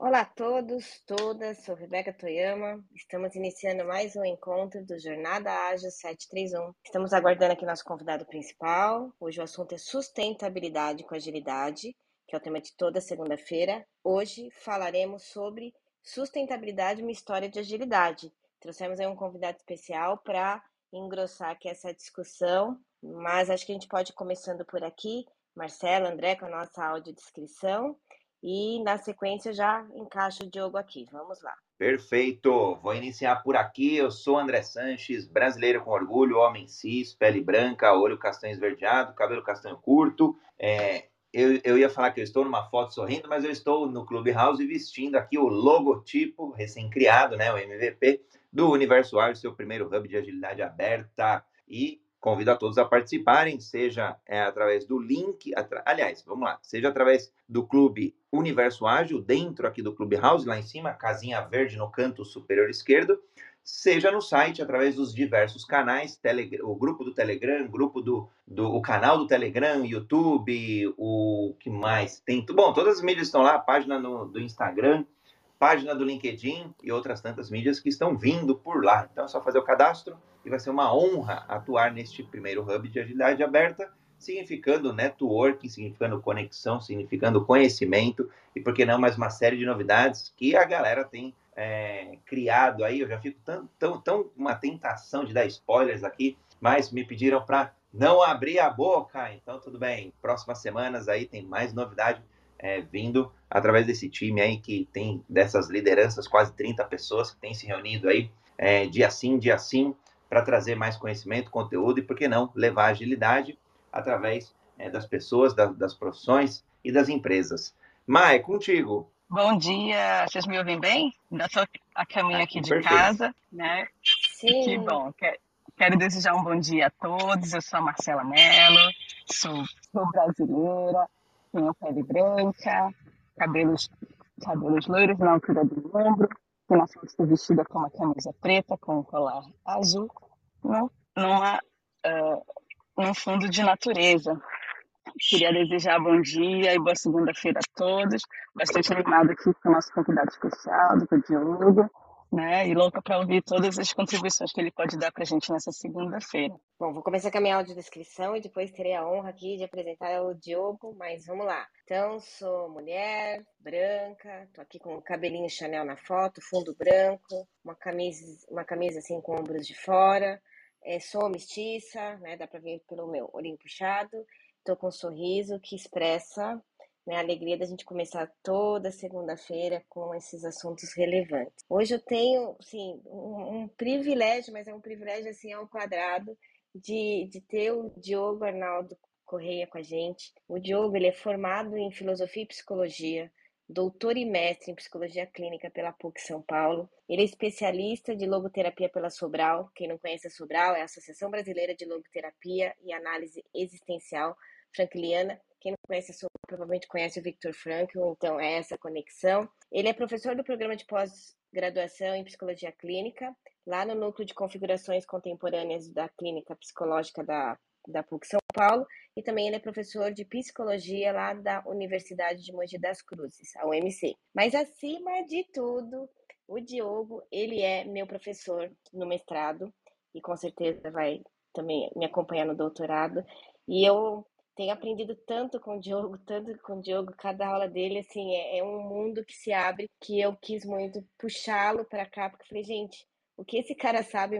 Olá a todos, todas, sou Rebeca Toyama. Estamos iniciando mais um encontro do Jornada Ágil 731. Estamos aguardando aqui nosso convidado principal. Hoje o assunto é sustentabilidade com agilidade, que é o tema de toda segunda-feira. Hoje falaremos sobre sustentabilidade, uma história de agilidade. Trouxemos aí um convidado especial para engrossar aqui essa discussão, mas acho que a gente pode ir começando por aqui. Marcelo, André, com a nossa audiodescrição. E na sequência já encaixo o Diogo aqui. Vamos lá. Perfeito, vou iniciar por aqui. Eu sou André Sanches, brasileiro com orgulho, homem cis, pele branca, olho castanho esverdeado, cabelo castanho curto. Eu ia falar que eu estou numa foto sorrindo, mas eu estou no Clubhouse vestindo aqui o logotipo recém-criado, né, o MVP, do Universo Ágil, seu primeiro hub de agilidade aberta. E convido a todos a participarem, seja através do link, aliás, vamos lá, seja através do Clube Universo Ágil, dentro aqui do Clubhouse, lá em cima, casinha verde no canto superior esquerdo, seja no site, através dos diversos canais, o grupo do Telegram, o canal do Telegram, YouTube, o que mais? Bom, todas as mídias estão lá, a página do Instagram, página do LinkedIn e outras tantas mídias que estão vindo por lá. Então é só fazer o cadastro e vai ser uma honra atuar neste primeiro hub de agilidade aberta, significando networking, significando conexão, significando conhecimento e, por que não, mais uma série de novidades que a galera tem criado aí. Eu já fico tão uma tentação de dar spoilers aqui, mas me pediram para não abrir a boca, então tudo bem. Próximas semanas aí tem mais novidade vindo através desse time aí que tem dessas lideranças, quase 30 pessoas que têm se reunido aí dia sim, para trazer mais conhecimento, conteúdo e, por que não, levar agilidade através das pessoas, das profissões e das empresas. Mai, contigo. Bom dia, vocês me ouvem bem? Ainda estou a caminho aqui de perfeito. casa, né? Sim. Que bom. Quero desejar um bom dia a todos. Eu sou a Marcela Mello, sou brasileira, tenho pele branca, cabelos loiros na altura do ombro, e na frente estou vestida com uma camisa preta com um colar azul, no, numa, num fundo de natureza. Queria desejar bom dia e boa segunda-feira a todos. Bastante animado aqui com o nosso convidado especial, do Diogo, né? E louca para ouvir todas as contribuições que ele pode dar para a gente nessa segunda-feira. Bom, vou começar com a minha audiodescrição e depois terei a honra aqui de apresentar o Diogo, mas vamos lá. Então, sou mulher, branca, tô aqui com o cabelinho Chanel na foto, fundo branco, uma camisa assim com ombros de fora. Sou mestiça, né? Dá para ver pelo meu olhinho puxado. Tô com um sorriso que expressa, né, a alegria da gente começar toda segunda-feira com esses assuntos relevantes. Hoje eu tenho, sim, um privilégio, mas é um privilégio assim ao quadrado, de ter o Diogo Arnaldo Correia com a gente. O Diogo, ele é formado em Filosofia e Psicologia, doutor e mestre em Psicologia Clínica pela PUC São Paulo. Ele é especialista de logoterapia pela Sobral. Quem não conhece a Sobral é a Associação Brasileira de Logoterapia e Análise Existencial Frankliana. Quem não conhece a Sobral provavelmente conhece o Viktor Frankl, então é essa conexão. Ele é professor do programa de pós-graduação em Psicologia Clínica, lá no Núcleo de Configurações Contemporâneas da Clínica Psicológica da PUC São Paulo, e também ele é professor de Psicologia lá da Universidade de Mogi das Cruzes, a UMC. Mas, acima de tudo, o Diogo, ele é meu professor no mestrado, e com certeza vai também me acompanhar no doutorado, e eu tenho aprendido tanto com o Diogo, cada aula dele, assim, é um mundo que se abre, que eu quis muito puxá-lo para cá, porque eu falei, gente, o que esse cara sabe,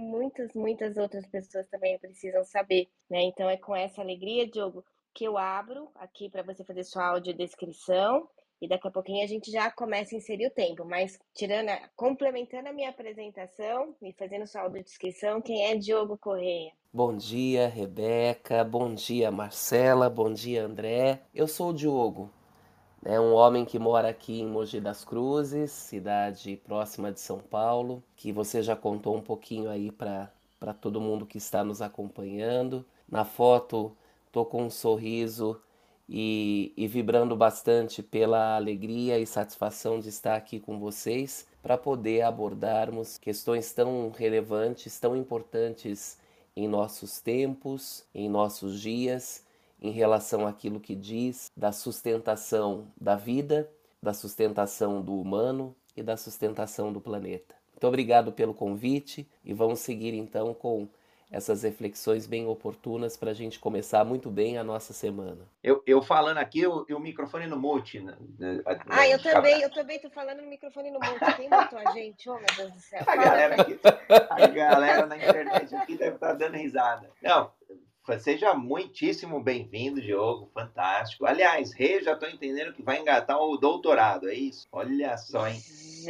muitas outras pessoas também precisam saber, né? Então é com essa alegria, Diogo, que eu abro aqui para você fazer sua audiodescrição e daqui a pouquinho a gente já começa a inserir o tempo, mas complementando a minha apresentação e fazendo sua audiodescrição, quem é Diogo Correia? Bom dia, Rebeca. Bom dia, Marcela. Bom dia, André. Eu sou o Diogo, né, um homem que mora aqui em Mogi das Cruzes, cidade próxima de São Paulo, que você já contou um pouquinho aí para todo mundo que está nos acompanhando. Na foto, tô com um sorriso e vibrando bastante pela alegria e satisfação de estar aqui com vocês para poder abordarmos questões tão relevantes, tão importantes em nossos tempos, em nossos dias, em relação àquilo que diz da sustentação da vida da sustentação do humano e da sustentação do planeta. Muito obrigado pelo convite e vamos seguir então com essas reflexões bem oportunas para a gente começar muito bem a nossa semana. Eu falando aqui, o microfone no mute. Eu também tô falando no microfone no mute. Quem mutou a gente? Oh, meu Deus do céu. A galera na internet aqui deve estar dando risada. Não, seja muitíssimo bem-vindo, Diogo, fantástico. Aliás, Rê, já estou entendendo que vai engatar o doutorado, é isso? Olha só, hein?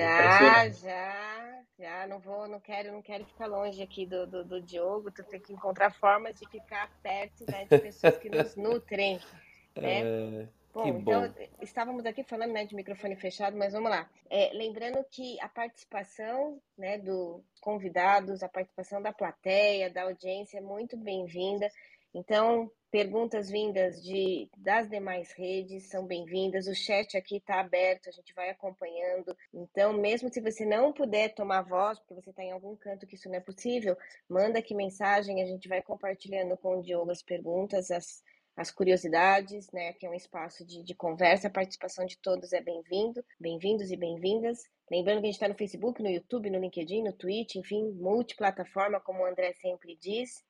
Já, não quero ficar longe aqui do Diogo, tu tem que encontrar formas de ficar perto, né, de pessoas que nos nutrem, né? Bom, então, estávamos aqui falando, né, de microfone fechado, mas vamos lá. Lembrando que a participação, né, dos convidados, a participação da plateia, da audiência é muito bem-vinda. Então, perguntas vindas das demais redes são bem-vindas. O chat aqui está aberto, a gente vai acompanhando. Então, mesmo se você não puder tomar voz, porque você está em algum canto que isso não é possível, manda aqui mensagem, a gente vai compartilhando com o Diogo as perguntas, as curiosidades, né, que é um espaço de conversa, a participação de todos é bem-vindos e bem-vindas. Lembrando que a gente está no Facebook, no YouTube, no LinkedIn, no Twitch, enfim, multiplataforma, como o André sempre diz.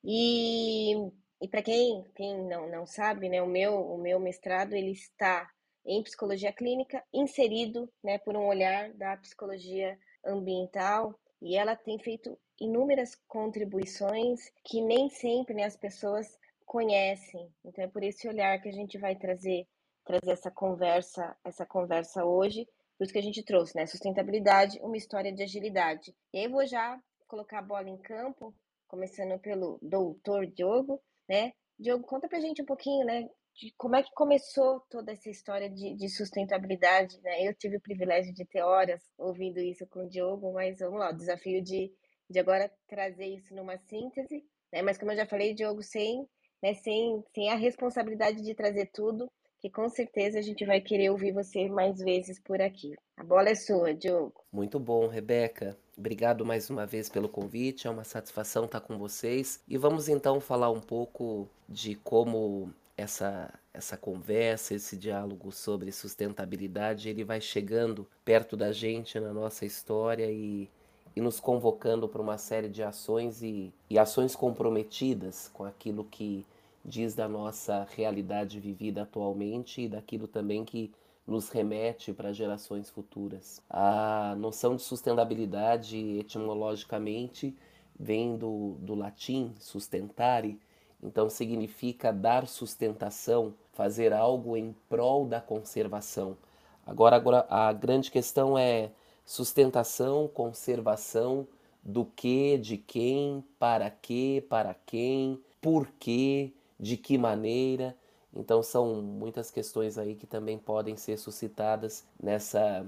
E para quem não sabe, né, o meu mestrado ele está em psicologia clínica, inserido, né, por um olhar da psicologia ambiental, e ela tem feito inúmeras contribuições que nem sempre, né, as pessoas conhecem. Então é por esse olhar que a gente vai trazer essa conversa hoje. Por isso que a gente trouxe, né, sustentabilidade, uma história de agilidade. E aí eu vou já colocar a bola em campo, começando pelo doutor Diogo, né? Diogo, conta pra gente um pouquinho, né, de como é que começou toda essa história de sustentabilidade, né? Eu tive o privilégio de ter horas ouvindo isso com o Diogo, mas vamos lá, o desafio de agora trazer isso numa síntese, né? Mas como eu já falei, Diogo, sem a responsabilidade de trazer tudo, que com certeza a gente vai querer ouvir você mais vezes por aqui. A bola é sua, Diogo. Muito bom, Rebeca. Obrigado mais uma vez pelo convite, é uma satisfação estar com vocês. E vamos então falar um pouco de como essa conversa, esse diálogo sobre sustentabilidade, ele vai chegando perto da gente na nossa história e nos convocando para uma série de ações e ações comprometidas com aquilo que diz da nossa realidade vivida atualmente e daquilo também que nos remete para gerações futuras. A noção de sustentabilidade, etimologicamente, vem do latim sustentare, então significa dar sustentação, fazer algo em prol da conservação. Agora a grande questão é sustentação, conservação do que, de quem, para quem, por quê, de que maneira. Então são muitas questões aí que também podem ser suscitadas nessa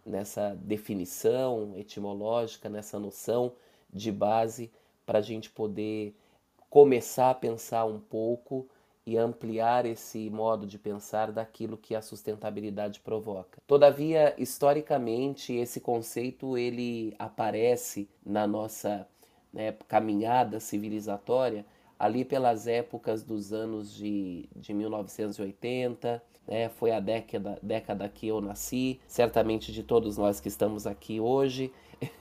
definição etimológica, nessa noção de base, para a gente poder começar a pensar um pouco e ampliar esse modo de pensar daquilo que a sustentabilidade provoca. Todavia, historicamente, esse conceito ele aparece na nossa, né, caminhada civilizatória ali pelas épocas dos anos de 1980, né, foi a década que eu nasci, certamente de todos nós que estamos aqui hoje,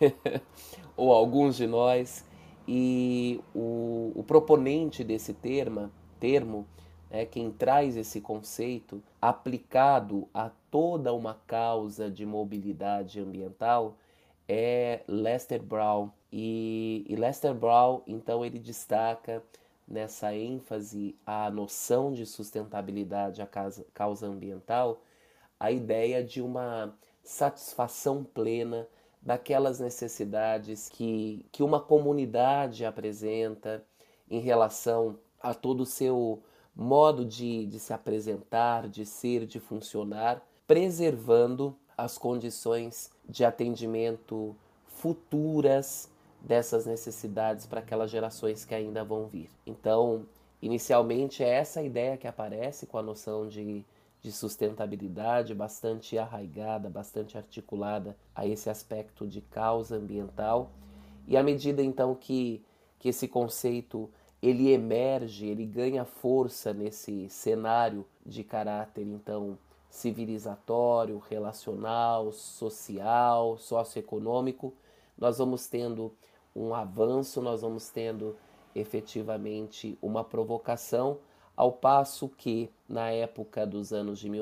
ou alguns de nós, e o proponente desse termo, quem traz esse conceito aplicado a toda uma causa de mobilidade ambiental é Lester Brown. E Lester Brown, então, ele destaca nessa ênfase à noção de sustentabilidade à causa ambiental a ideia de uma satisfação plena daquelas necessidades que uma comunidade apresenta em relação a todo o seu modo de se apresentar, de ser, de funcionar, preservando as condições de atendimento futuras dessas necessidades para aquelas gerações que ainda vão vir. Então, inicialmente é essa ideia que aparece com a noção de sustentabilidade bastante arraigada, bastante articulada a esse aspecto de causa ambiental. E à medida então que esse conceito ele emerge, ele ganha força nesse cenário de caráter então civilizatório, relacional, social, socioeconômico, nós vamos tendo um avanço, nós vamos tendo efetivamente uma provocação, ao passo que, na época dos anos de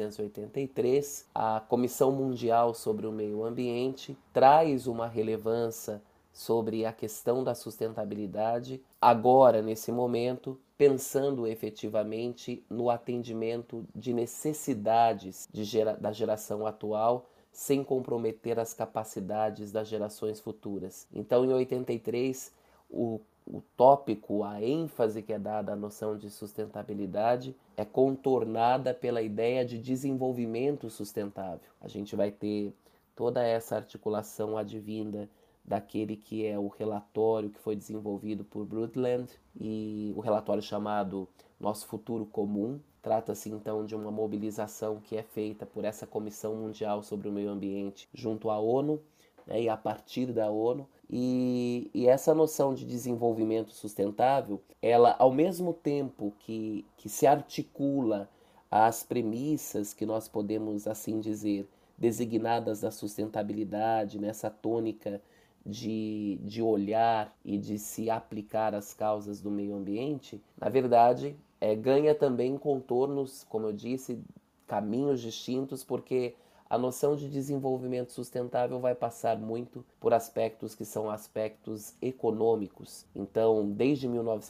1983, a Comissão Mundial sobre o Meio Ambiente traz uma relevância sobre a questão da sustentabilidade, agora, nesse momento, pensando efetivamente no atendimento de necessidades da geração atual, sem comprometer as capacidades das gerações futuras. Então, em 83, o tópico, a ênfase que é dada à noção de sustentabilidade é contornada pela ideia de desenvolvimento sustentável. A gente vai ter toda essa articulação advinda daquele que é o relatório que foi desenvolvido por Brundtland, e o relatório chamado Nosso Futuro Comum. Trata-se então de uma mobilização que é feita por essa Comissão Mundial sobre o Meio Ambiente junto à ONU, né, e a partir da ONU. E essa noção de desenvolvimento sustentável, ela, ao mesmo tempo que se articula às premissas que nós podemos, assim dizer, designadas da sustentabilidade, nessa tônica de olhar e de se aplicar às causas do meio ambiente, na verdade, ganha também contornos, como eu disse, caminhos distintos, porque a noção de desenvolvimento sustentável vai passar muito por aspectos que são aspectos econômicos. Então, desde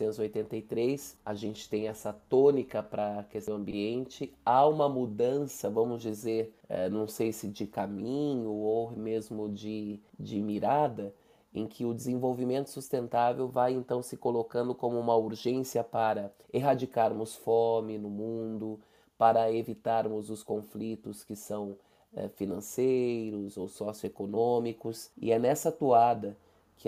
1983, a gente tem essa tônica para a questão do ambiente. Há uma mudança, vamos dizer, não sei se de caminho ou mesmo de mirada, em que o desenvolvimento sustentável vai então se colocando como uma urgência para erradicarmos fome no mundo, para evitarmos os conflitos que são financeiros ou socioeconômicos, e é nessa toada que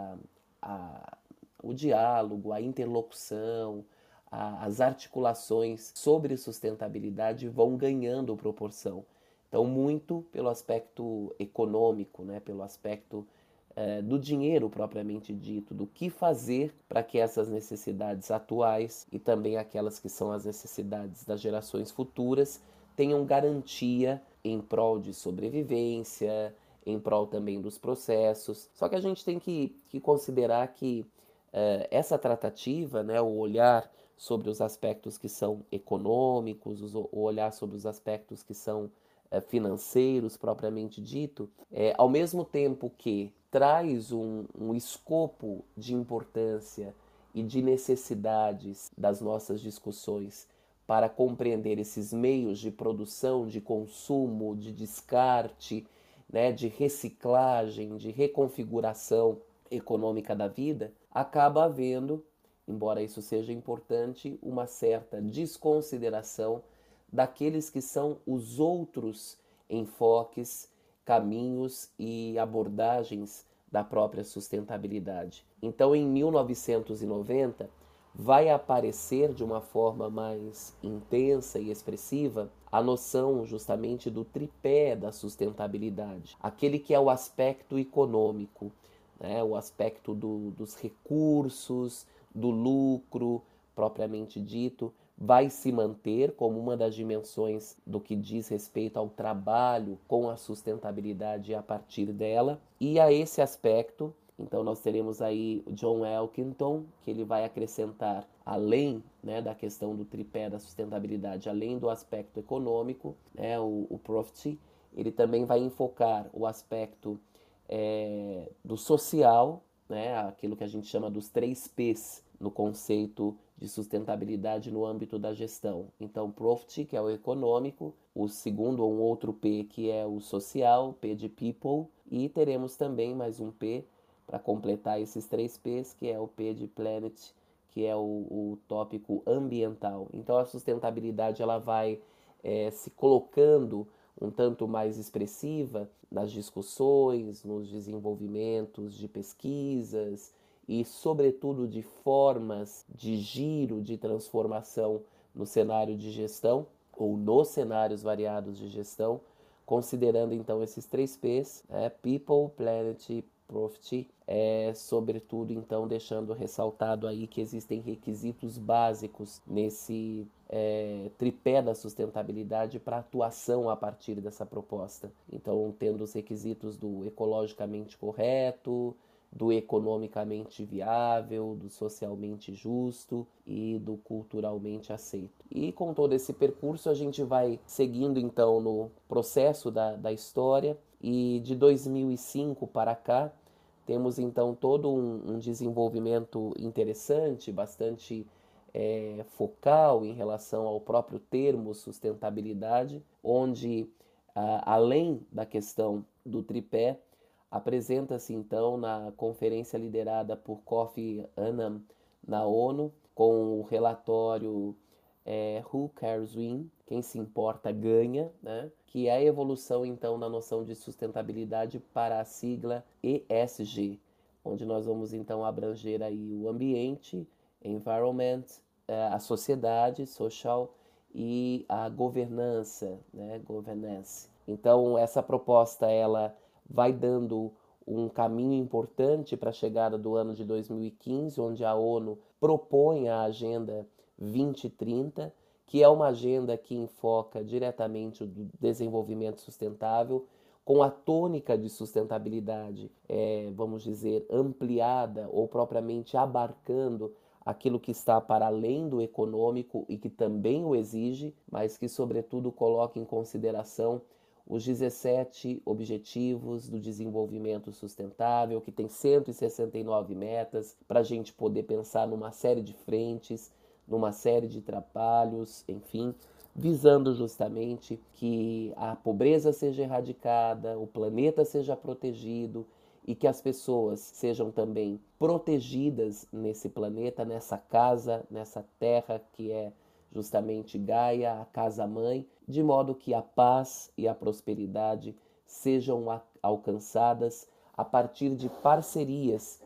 o diálogo, a interlocução, as articulações sobre sustentabilidade vão ganhando proporção. Então, muito pelo aspecto econômico, né, pelo aspecto do dinheiro propriamente dito, do que fazer para que essas necessidades atuais e também aquelas que são as necessidades das gerações futuras tenham garantia em prol de sobrevivência, em prol também dos processos. Só que a gente tem que considerar que essa tratativa, né, o olhar sobre os aspectos que são econômicos, o olhar sobre os aspectos que são financeiros propriamente dito, ao mesmo tempo que traz um escopo de importância e de necessidades das nossas discussões para compreender esses meios de produção, de consumo, de descarte, né, de reciclagem, de reconfiguração econômica da vida, acaba havendo, embora isso seja importante, uma certa desconsideração daqueles que são os outros enfoques, caminhos e abordagens da própria sustentabilidade. Então, em 1990, vai aparecer de uma forma mais intensa e expressiva a noção justamente do tripé da sustentabilidade, aquele que é o aspecto econômico, né? O aspecto dos recursos, do lucro propriamente dito, vai se manter como uma das dimensões do que diz respeito ao trabalho com a sustentabilidade a partir dela. E a esse aspecto, então nós teremos aí o John Elkington, que ele vai acrescentar, além, né, da questão do tripé da sustentabilidade, além do aspecto econômico, né, o Profit, ele também vai enfocar o aspecto do social, né, aquilo que a gente chama dos 3 P's no conceito de sustentabilidade no âmbito da gestão. Então, Profit, que é o econômico, o segundo ou um outro P, que é o social, P de people, e teremos também mais um P para completar esses 3 P's, que é o P de planet, que é o tópico ambiental. Então, a sustentabilidade ela vai se colocando um tanto mais expressiva nas discussões, nos desenvolvimentos de pesquisas e, sobretudo, de formas de giro, de transformação no cenário de gestão ou nos cenários variados de gestão, considerando então esses 3 P's, People, Planet, non-profit, sobretudo, então, deixando ressaltado aí que existem requisitos básicos nesse tripé da sustentabilidade para atuação a partir dessa proposta. Então, tendo os requisitos do ecologicamente correto, do economicamente viável, do socialmente justo e do culturalmente aceito. E com todo esse percurso a gente vai seguindo então no processo da história, e de 2005 para cá temos então todo um desenvolvimento interessante, bastante focal em relação ao próprio termo sustentabilidade, onde além da questão do tripé, apresenta-se então na conferência liderada por Kofi Annan na ONU, com o relatório Who Cares Win, quem se importa ganha, né? Que é a evolução então na noção de sustentabilidade para a sigla ESG, onde nós vamos então abranger aí o ambiente, environment, a sociedade, social, e a governança, né? Governance. Então essa proposta ela vai dando um caminho importante para a chegada do ano de 2015, onde a ONU propõe a Agenda 2030, que é uma agenda que enfoca diretamente o desenvolvimento sustentável, com a tônica de sustentabilidade, vamos dizer, ampliada ou propriamente abarcando aquilo que está para além do econômico e que também o exige, mas que, sobretudo, coloca em consideração os 17 Objetivos do Desenvolvimento Sustentável, que tem 169 metas, para a gente poder pensar numa série de frentes, numa série de trabalhos, enfim, visando justamente que a pobreza seja erradicada, o planeta seja protegido e que as pessoas sejam também protegidas nesse planeta, nessa casa, nessa terra que é justamente Gaia, a casa-mãe, de modo que a paz e a prosperidade sejam alcançadas a partir de parcerias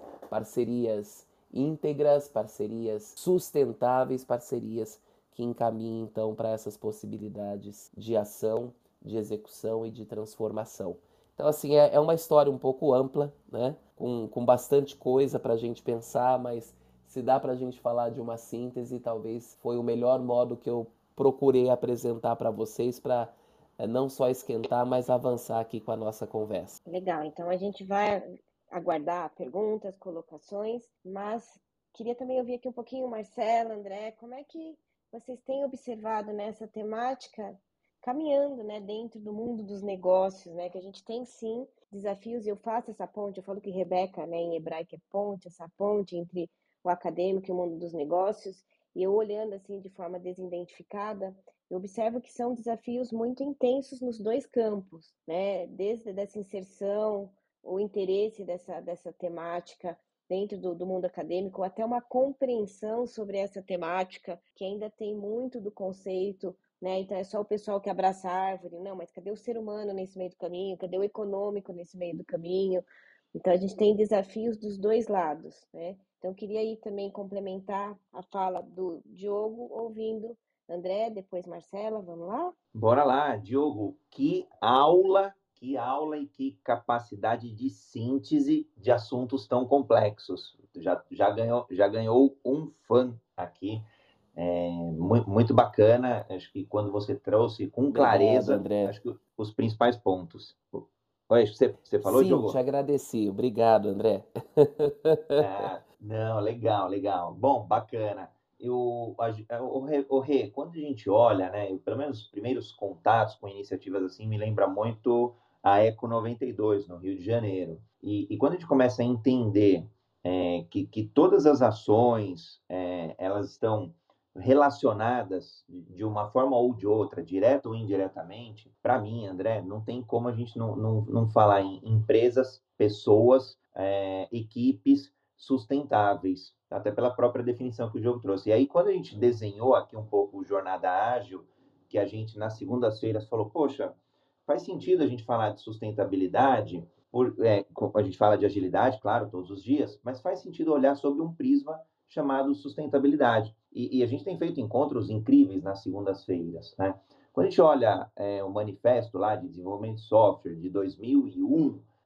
íntegras, parcerias sustentáveis, parcerias que encaminhem então para essas possibilidades de ação, de execução e de transformação. Então, assim, é uma história um pouco ampla, né? Com bastante coisa para a gente pensar, mas se dá para a gente falar de uma síntese, talvez foi o melhor modo que eu procurei apresentar para vocês, para não só esquentar, mas avançar aqui com a nossa conversa. Legal, então a gente vai aguardar perguntas, colocações, mas queria também ouvir aqui um pouquinho, Marcela, André, como é que vocês têm observado nessa temática caminhando, né, dentro do mundo dos negócios, né, que a gente tem sim desafios, e eu faço essa ponte, eu falo que Rebeca, né, em hebraico é ponte, essa ponte entre o acadêmico e o mundo dos negócios, e eu olhando assim de forma desidentificada, eu observo que são desafios muito intensos nos dois campos, né, desde essa inserção, o interesse dessa temática dentro do mundo acadêmico, até uma compreensão sobre essa temática, que ainda tem muito do conceito, né? Então é só o pessoal que abraça a árvore, não, mas cadê o ser humano nesse meio do caminho? Cadê o econômico nesse meio do caminho? Então a gente tem desafios dos dois lados, né? Então eu queria aí também complementar a fala do Diogo, ouvindo André, depois Marcela, vamos lá? Bora lá, Diogo, que aula e que capacidade de síntese de assuntos tão complexos. Já ganhou um fã aqui. Muito bacana, acho que quando você trouxe com clareza, Obrigado, André. acho que os principais pontos. Oi, você falou, Sim, Diogo? te agradeci. Obrigado, André. Não, legal. Bom, bacana. O Rê, quando a gente olha, né, pelo menos os primeiros contatos com iniciativas assim, me lembra muito a Eco 92, no Rio de Janeiro. E quando a gente começa a entender que todas as ações, elas estão relacionadas de uma forma ou de outra, direta ou indiretamente, para mim, André, não tem como a gente não falar em empresas, pessoas, equipes sustentáveis, até pela própria definição que o Diogo trouxe. E aí, quando a gente desenhou aqui um pouco o Jornada Ágil, que a gente, nas segundas-feiras, falou, poxa, faz sentido a gente falar de sustentabilidade, a gente fala de agilidade, claro, todos os dias, mas faz sentido olhar sobre um prisma chamado sustentabilidade. E a gente tem feito encontros incríveis nas segundas-feiras, né? Quando a gente olha o manifesto lá de desenvolvimento de software de 2001,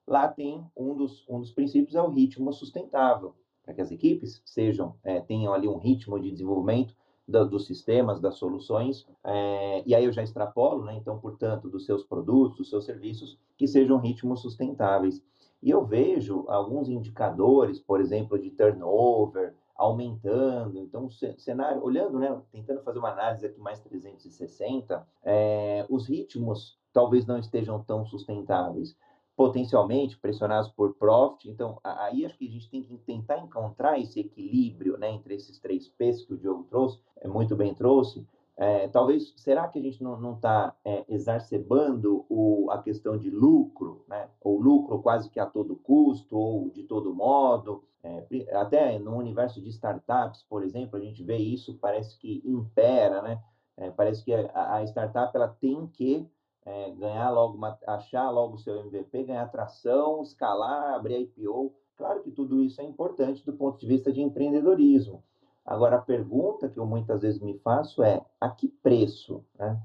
lá tem um dos princípios é o ritmo sustentável, para que as equipes tenham ali um ritmo de desenvolvimento dos sistemas, das soluções, e aí eu já extrapolo, né? Então, portanto, dos seus produtos, dos seus serviços, que sejam ritmos sustentáveis. E eu vejo alguns indicadores, por exemplo, de turnover, aumentando. Então, cenário, olhando, né, tentando fazer uma análise aqui mais 360, os ritmos talvez não estejam tão sustentáveis, potencialmente pressionados por profit. Então, aí acho que a gente tem que tentar encontrar esse equilíbrio, né, entre esses 3 P's que o Diogo trouxe, muito bem trouxe. Talvez, será que a gente não está exacerbando a questão de lucro, né? Ou lucro quase que a todo custo, ou de todo modo? Até no universo de startups, por exemplo, a gente vê isso, parece que impera, né? Parece que a startup ela tem que ganhar logo, achar logo o seu MVP, ganhar tração, escalar, abrir a IPO. Claro que tudo isso é importante do ponto de vista de empreendedorismo. Agora, a pergunta que eu muitas vezes me faço é: a que preço, né?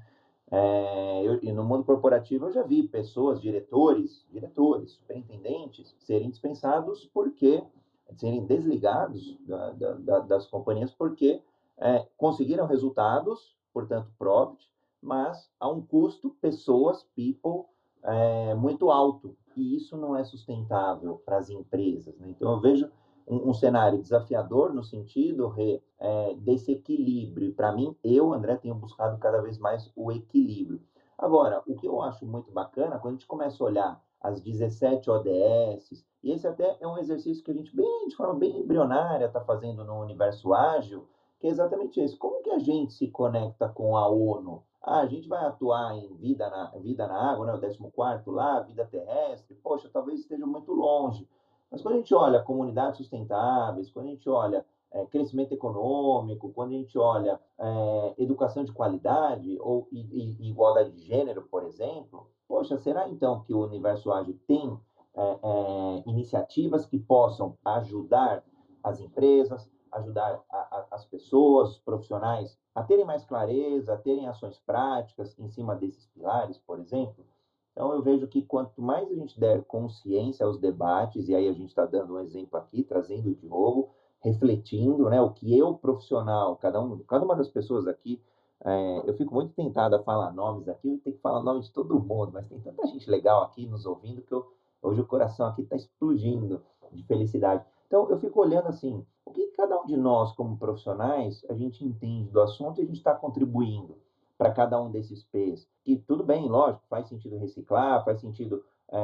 E no mundo corporativo eu já vi pessoas, diretores, superintendentes, serem dispensados porque serem desligados das companhias porque conseguiram resultados, portanto, profit, mas a um custo, pessoas, people, muito alto. E isso não é sustentável para as empresas, né? Então, eu vejo um cenário desafiador no sentido desse equilíbrio. Para mim, André, tenho buscado cada vez mais o equilíbrio. Agora, o que eu acho muito bacana, quando a gente começa a olhar as 17 ODS, e esse até é um exercício que a gente, de forma bem embrionária, está fazendo no universo ágil, que é exatamente isso. Como que a gente se conecta com a ONU? A gente vai atuar em vida na água, né? O 14º lá, vida terrestre. Poxa, talvez esteja muito longe. Mas quando a gente olha comunidades sustentáveis, quando a gente olha crescimento econômico, quando a gente olha educação de qualidade e igualdade de gênero, por exemplo, poxa, será então que o universo ágil tem iniciativas que possam ajudar as empresas, ajudar as pessoas, os profissionais a terem mais clareza, a terem ações práticas em cima desses pilares, por exemplo? Então, eu vejo que quanto mais a gente der consciência aos debates, e aí a gente está dando um exemplo aqui, trazendo o Diogo, refletindo, né, o que eu, profissional, cada uma das pessoas aqui, eu fico muito tentado a falar nomes aqui, eu tenho que falar nome de todo mundo, mas tem tanta gente legal aqui nos ouvindo que hoje o coração aqui está explodindo de felicidade. Então, eu fico olhando assim, o que cada um de nós, como profissionais, a gente entende do assunto e a gente está contribuindo para cada um desses P's. Que tudo bem, lógico, faz sentido reciclar, faz sentido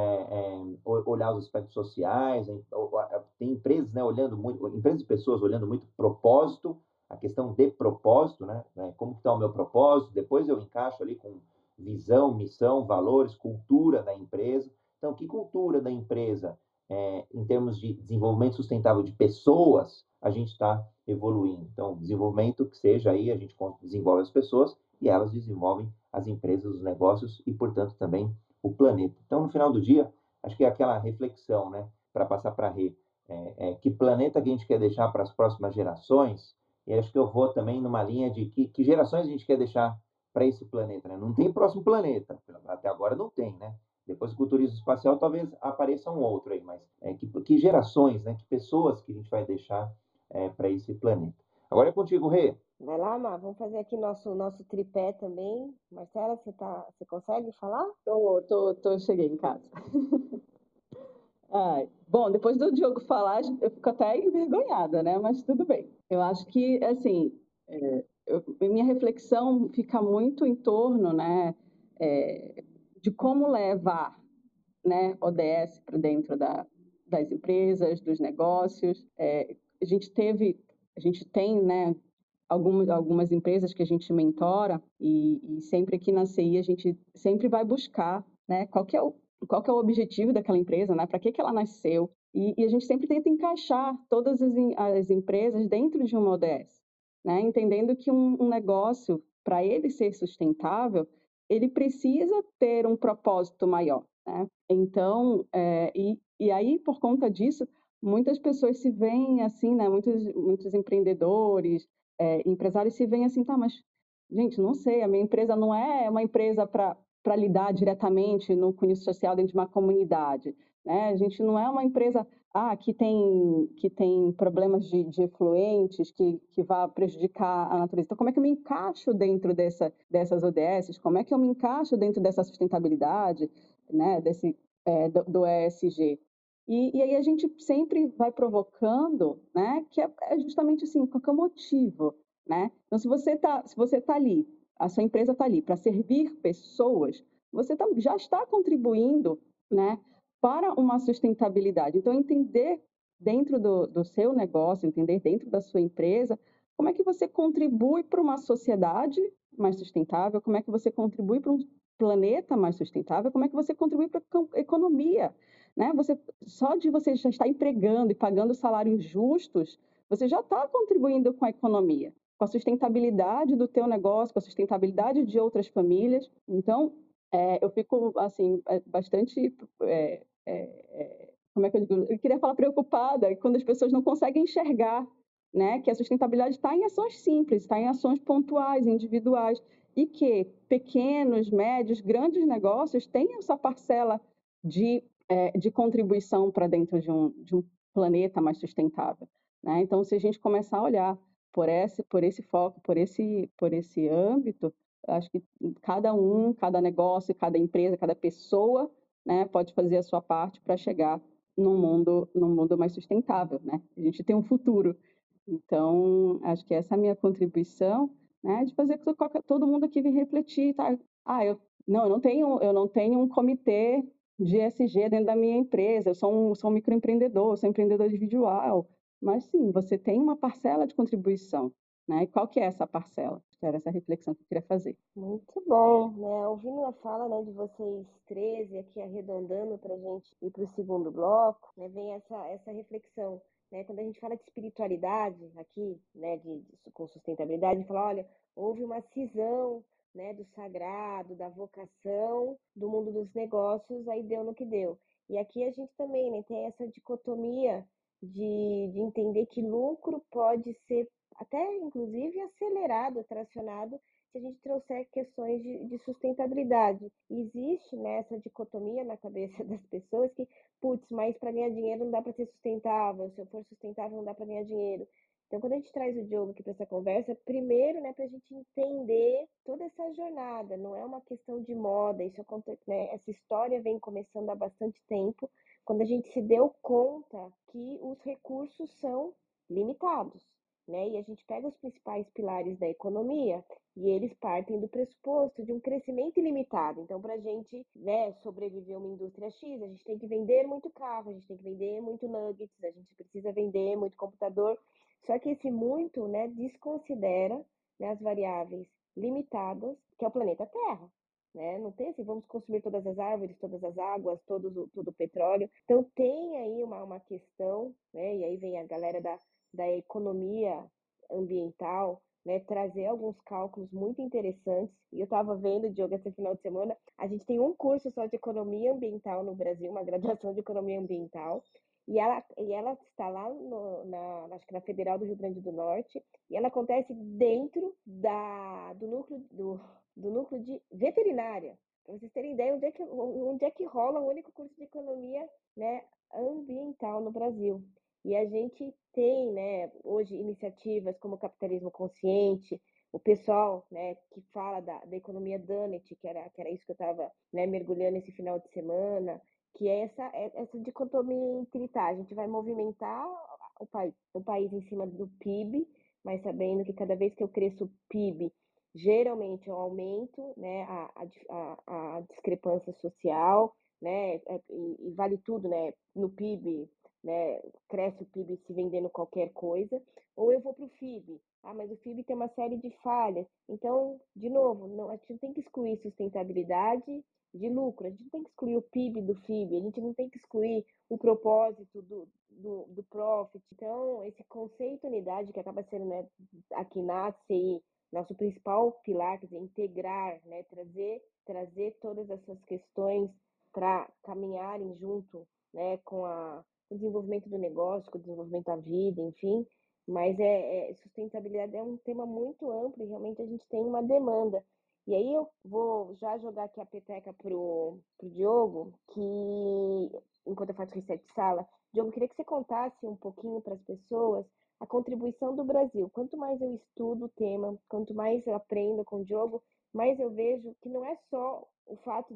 olhar os aspectos sociais, tem empresas, né, olhando muito, empresas e pessoas olhando muito propósito, a questão de propósito, né, como está o meu propósito, depois eu encaixo ali com visão, missão, valores, cultura da empresa. Então, que cultura da empresa, em termos de desenvolvimento sustentável de pessoas, a gente está evoluindo? Então, desenvolvimento que seja aí, a gente desenvolve as pessoas e elas desenvolvem as empresas, os negócios e, portanto, também o planeta. Então, no final do dia, acho que é aquela reflexão, né, para passar para a Rê, que planeta que a gente quer deixar para as próximas gerações, e acho que eu vou também numa linha de que gerações a gente quer deixar para esse planeta, né? Não tem próximo planeta, até agora não tem, né? Depois do turismo espacial talvez apareça um outro aí, mas que gerações, né, que pessoas que a gente vai deixar para esse planeta. Agora é contigo, Rê. Vai lá, Má, vamos fazer aqui nosso tripé também. Marcela, você consegue falar? Cheguei em casa. Bom, depois do Diogo falar, eu fico até envergonhada, né? Mas tudo bem. Eu acho que, assim, minha reflexão fica muito em torno, né, de como levar, né, ODS para dentro das empresas, dos negócios. A gente tem, né, algumas empresas que a gente mentora e sempre aqui na CI a gente sempre vai buscar, né, qual que é o objetivo daquela empresa, né, para que ela nasceu. E a gente sempre tenta encaixar todas as empresas dentro de uma ODS, né, entendendo que um negócio, para ele ser sustentável, ele precisa ter um propósito maior, né? Então, e aí, por conta disso, muitas pessoas se veem assim, né? Muitos empreendedores, empresários se veem assim, tá, mas, gente, não sei, a minha empresa não é uma empresa para para lidar diretamente no cunho social dentro de uma comunidade, né? A gente não é uma empresa que tem problemas de efluentes, que vai prejudicar a natureza. Então, como é que eu me encaixo dentro dessas ODSs? Como é que eu me encaixo dentro dessa sustentabilidade, né? Do ESG? E aí a gente sempre vai provocando, né? Que é justamente assim, qual que é o motivo, né? Então, se você tá ali, a sua empresa está ali para servir pessoas, você já está contribuindo, né, para uma sustentabilidade. Então, entender dentro do seu negócio, entender dentro da sua empresa, como é que você contribui para uma sociedade mais sustentável, como é que você contribui para um planeta mais sustentável, como é que você contribui para a economia, né? Só de você já estar empregando e pagando salários justos, você já está contribuindo com a economia, com a sustentabilidade do teu negócio, com a sustentabilidade de outras famílias. Então, eu fico, assim, bastante... como é que eu digo? Eu queria falar preocupada quando as pessoas não conseguem enxergar, né, que a sustentabilidade está em ações simples, está em ações pontuais, individuais, e que pequenos, médios, grandes negócios têm essa parcela de contribuição para dentro de um planeta mais sustentável, né? Então, se a gente começar a olhar por esse foco, por esse âmbito, acho que cada negócio, cada empresa, cada pessoa, né, pode fazer a sua parte para chegar num mundo mais sustentável, né? A gente tem um futuro. Então, acho que essa é a minha contribuição, né, de fazer com que todo mundo aqui venha refletir, tá? Eu não tenho um comitê de ESG dentro da minha empresa, eu sou um microempreendedor, sou empreendedor individual, mas sim, você tem uma parcela de contribuição, né? E qual que é essa parcela? Era essa reflexão que eu queria fazer. Muito bom, né? Ouvindo a fala, né, de vocês 13 aqui arredondando para a gente ir para o segundo bloco, né, vem essa reflexão, né? Quando a gente fala de espiritualidade aqui, né, com sustentabilidade, a gente fala, olha, houve uma cisão, né, do sagrado, da vocação, do mundo dos negócios, aí deu no que deu. E aqui a gente também, né, tem essa dicotomia de entender que lucro pode ser até, inclusive, acelerado, tracionado, se a gente trouxer questões de sustentabilidade. Existe, né, essa dicotomia na cabeça das pessoas que, putz, mas para ganhar dinheiro não dá para ser sustentável, se eu for sustentável não dá para ganhar dinheiro. Então, quando a gente traz o Diogo aqui para essa conversa, primeiro, né, para a gente entender toda essa jornada, não é uma questão de moda, né, essa história vem começando há bastante tempo, quando a gente se deu conta que os recursos são limitados, né, e a gente pega os principais pilares da economia, e eles partem do pressuposto de um crescimento ilimitado. Então, para a gente, né, sobreviver uma indústria X, a gente tem que vender muito carro, a gente tem que vender muito nuggets, a gente precisa vender muito computador. Só que esse muito, né, desconsidera, né, as variáveis limitadas, que é o planeta Terra. Né? Não tem assim, vamos consumir todas as árvores, todas as águas, todo o petróleo. Então, tem aí uma questão, né, e aí vem a galera da economia ambiental, né, trazer alguns cálculos muito interessantes. E eu estava vendo, Diogo, esse final de semana, a gente tem um curso só de economia ambiental no Brasil, uma graduação de economia ambiental, e ela está lá acho que na Federal do Rio Grande do Norte, e ela acontece dentro do núcleo de veterinária. Para vocês terem ideia onde é que rola o único curso de economia, né, ambiental no Brasil. E a gente tem, né, hoje iniciativas como o capitalismo consciente, o pessoal, né, que fala da economia Dunnett, que era isso que eu estava, né, mergulhando esse final de semana, que é essa dicotomia entre, tá, a gente vai movimentar o país em cima do PIB, mas sabendo que cada vez que eu cresço o PIB, geralmente eu aumento, né, a discrepância social, né, e vale tudo, né, no PIB, né, cresce o PIB se vendendo qualquer coisa, ou eu vou para o FIB. Mas o FIB tem uma série de falhas. Então, de novo, a gente não tem que excluir sustentabilidade de lucro, a gente não tem que excluir o PIB do FIB, a gente não tem que excluir o propósito do profit. Então, esse conceito unidade que acaba sendo, né, aqui nasce aí, nosso principal pilar, quer dizer, integrar, né, trazer todas essas questões para caminharem junto, né, com o desenvolvimento do negócio, com o desenvolvimento da vida, enfim. Mas sustentabilidade é um tema muito amplo e realmente a gente tem uma demanda. E aí eu vou já jogar aqui a peteca pro Diogo, que enquanto eu faço reset de sala, Diogo, eu queria que você contasse um pouquinho para as pessoas a contribuição do Brasil. Quanto mais eu estudo o tema, quanto mais eu aprendo com o Diogo, mais eu vejo que não é só o fato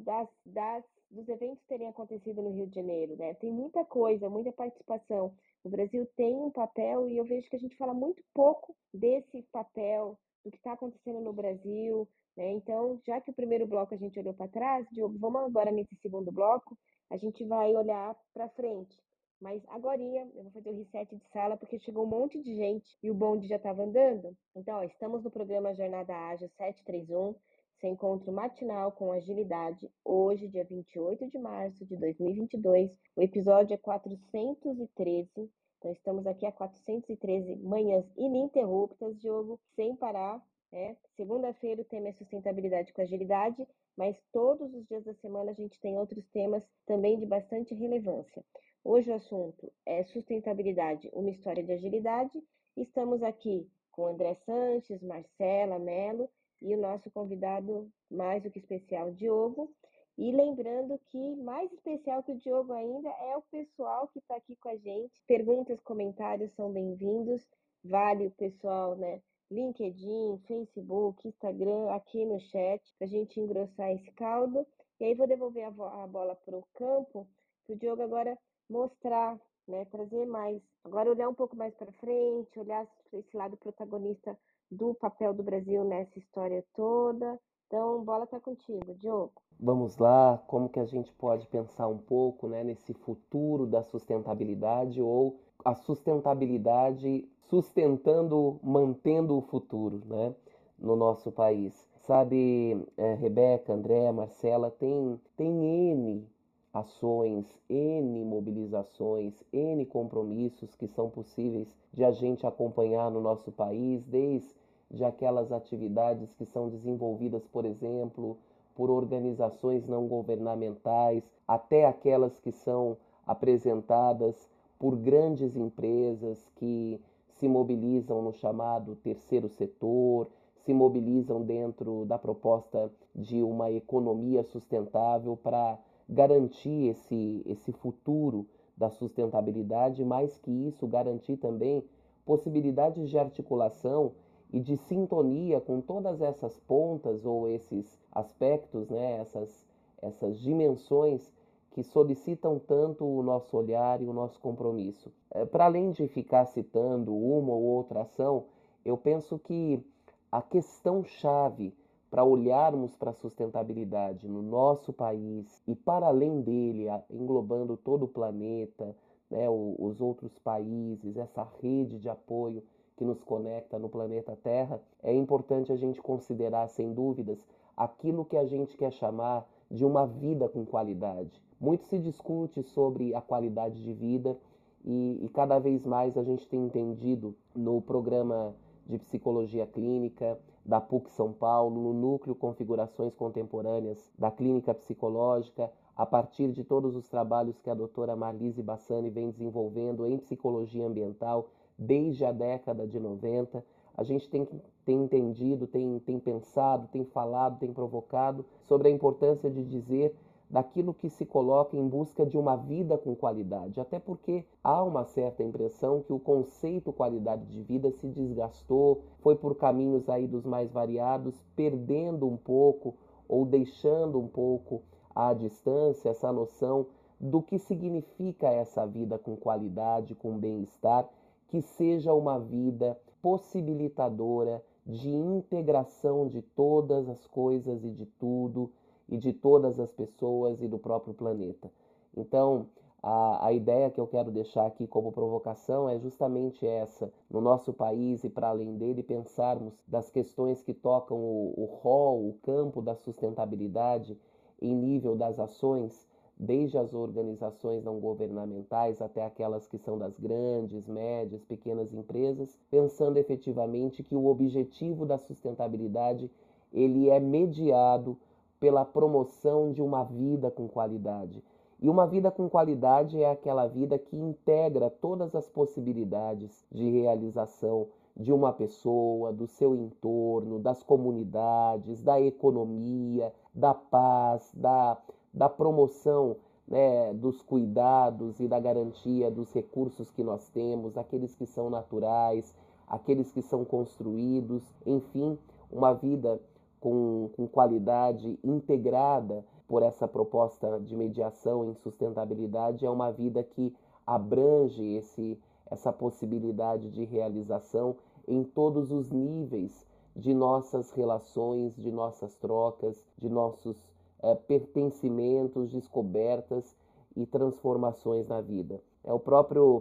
dos eventos terem acontecido no Rio de Janeiro, né? Tem muita coisa, muita participação. O Brasil tem um papel e eu vejo que a gente fala muito pouco desse papel, do que está acontecendo no Brasil, né? Então, já que o primeiro bloco a gente olhou para trás, Diogo, vamos agora nesse segundo bloco, a gente vai olhar para frente. Mas agorinha eu vou fazer o reset de sala porque chegou um monte de gente e o bonde já estava andando. Então, ó, estamos no programa Jornada Ágil 731, seu encontro matinal com agilidade, hoje, dia 28 de março de 2022. O episódio é 413. Então, estamos aqui há 413 manhãs ininterruptas, Diogo, sem parar. Segunda-feira o tema é sustentabilidade com agilidade, mas todos os dias da semana a gente tem outros temas também de bastante relevância. Hoje o assunto é sustentabilidade, uma história de agilidade. Estamos aqui com André Sanches, Marcela Mello e o nosso convidado mais do que especial, Diogo. E lembrando que mais especial que o Diogo ainda é o pessoal que está aqui com a gente. Perguntas, comentários são bem-vindos. Vale o pessoal, né? LinkedIn, Facebook, Instagram, aqui no chat, para a gente engrossar esse caldo. E aí vou devolver a bola para o campo, para o Diogo agora mostrar, né, trazer mais, agora olhar um pouco mais para frente, olhar esse lado protagonista do papel do Brasil nessa história toda. Então, bola está contigo, Diogo. Vamos lá, como que a gente pode pensar um pouco, né, nesse futuro da sustentabilidade ou a sustentabilidade sustentando, mantendo o futuro, né, no nosso país. Sabe, Rebeca, André, Marcela, tem N ações, N mobilizações, N compromissos que são possíveis de a gente acompanhar no nosso país, desde aquelas atividades que são desenvolvidas, por exemplo, por organizações não governamentais, até aquelas que são apresentadas por grandes empresas que se mobilizam no chamado terceiro setor, se mobilizam dentro da proposta de uma economia sustentável para garantir esse futuro da sustentabilidade, mais que isso, garantir também possibilidades de articulação e de sintonia com todas essas pontas ou esses aspectos, né, essas dimensões que solicitam tanto o nosso olhar e o nosso compromisso. Para além de ficar citando uma ou outra ação, eu penso que a questão-chave para olharmos para a sustentabilidade no nosso país e para além dele, englobando todo o planeta, né, os outros países, essa rede de apoio que nos conecta no planeta Terra, é importante a gente considerar, sem dúvidas, aquilo que a gente quer chamar de uma vida com qualidade. Muito se discute sobre a qualidade de vida e cada vez mais a gente tem entendido no programa de psicologia clínica da PUC São Paulo, no núcleo Configurações Contemporâneas da Clínica Psicológica, a partir de todos os trabalhos que a doutora Marlise Bassani vem desenvolvendo em psicologia ambiental desde a década de 90, a gente tem entendido, tem pensado, tem falado, tem provocado sobre a importância de dizer daquilo que se coloca em busca de uma vida com qualidade, até porque há uma certa impressão que o conceito qualidade de vida se desgastou, foi por caminhos aí dos mais variados, perdendo um pouco ou deixando um pouco à distância essa noção do que significa essa vida com qualidade, com bem-estar, que seja uma vida possibilitadora de integração de todas as coisas e de tudo, e de todas as pessoas e do próprio planeta. Então, a ideia que eu quero deixar aqui como provocação é justamente essa. No nosso país e para além dele, pensarmos das questões que tocam o rol, o campo da sustentabilidade em nível das ações, desde as organizações não governamentais até aquelas que são das grandes, médias, pequenas empresas, pensando efetivamente que o objetivo da sustentabilidade ele é mediado pela promoção de uma vida com qualidade. E uma vida com qualidade é aquela vida que integra todas as possibilidades de realização de uma pessoa, do seu entorno, das comunidades, da economia, da paz, da promoção, né, dos cuidados e da garantia dos recursos que nós temos, aqueles que são naturais, aqueles que são construídos, enfim, uma vida com qualidade integrada por essa proposta de mediação em sustentabilidade é uma vida que abrange essa possibilidade de realização em todos os níveis de nossas relações, de nossas trocas, de nossos pertencimentos, descobertas e transformações na vida. O próprio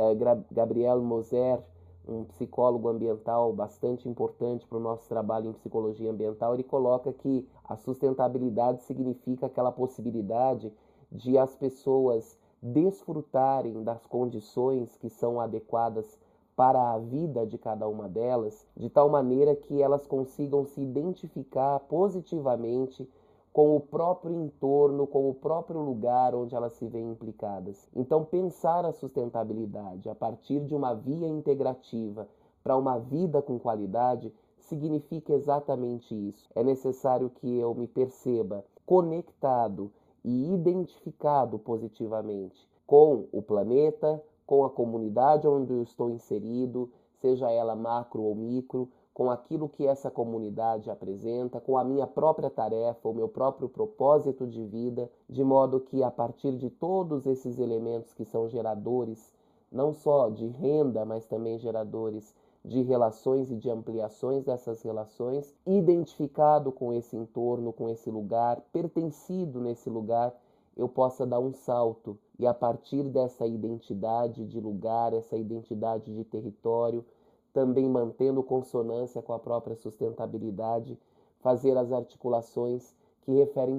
Gabriel Moser, um psicólogo ambiental bastante importante para o nosso trabalho em psicologia ambiental, ele coloca que a sustentabilidade significa aquela possibilidade de as pessoas desfrutarem das condições que são adequadas para a vida de cada uma delas, de tal maneira que elas consigam se identificar positivamente com o próprio entorno, com o próprio lugar onde elas se veem implicadas. Então, pensar a sustentabilidade a partir de uma via integrativa para uma vida com qualidade significa exatamente isso. É necessário que eu me perceba conectado e identificado positivamente com o planeta, com a comunidade onde eu estou inserido, seja ela macro ou micro, com aquilo que essa comunidade apresenta, com a minha própria tarefa, o meu próprio propósito de vida, de modo que a partir de todos esses elementos que são geradores, não só de renda, mas também geradores de relações e de ampliações dessas relações, identificado com esse entorno, com esse lugar, pertencido nesse lugar, eu possa dar um salto e a partir dessa identidade de lugar, essa identidade de território, também mantendo consonância com a própria sustentabilidade, fazer as articulações que referem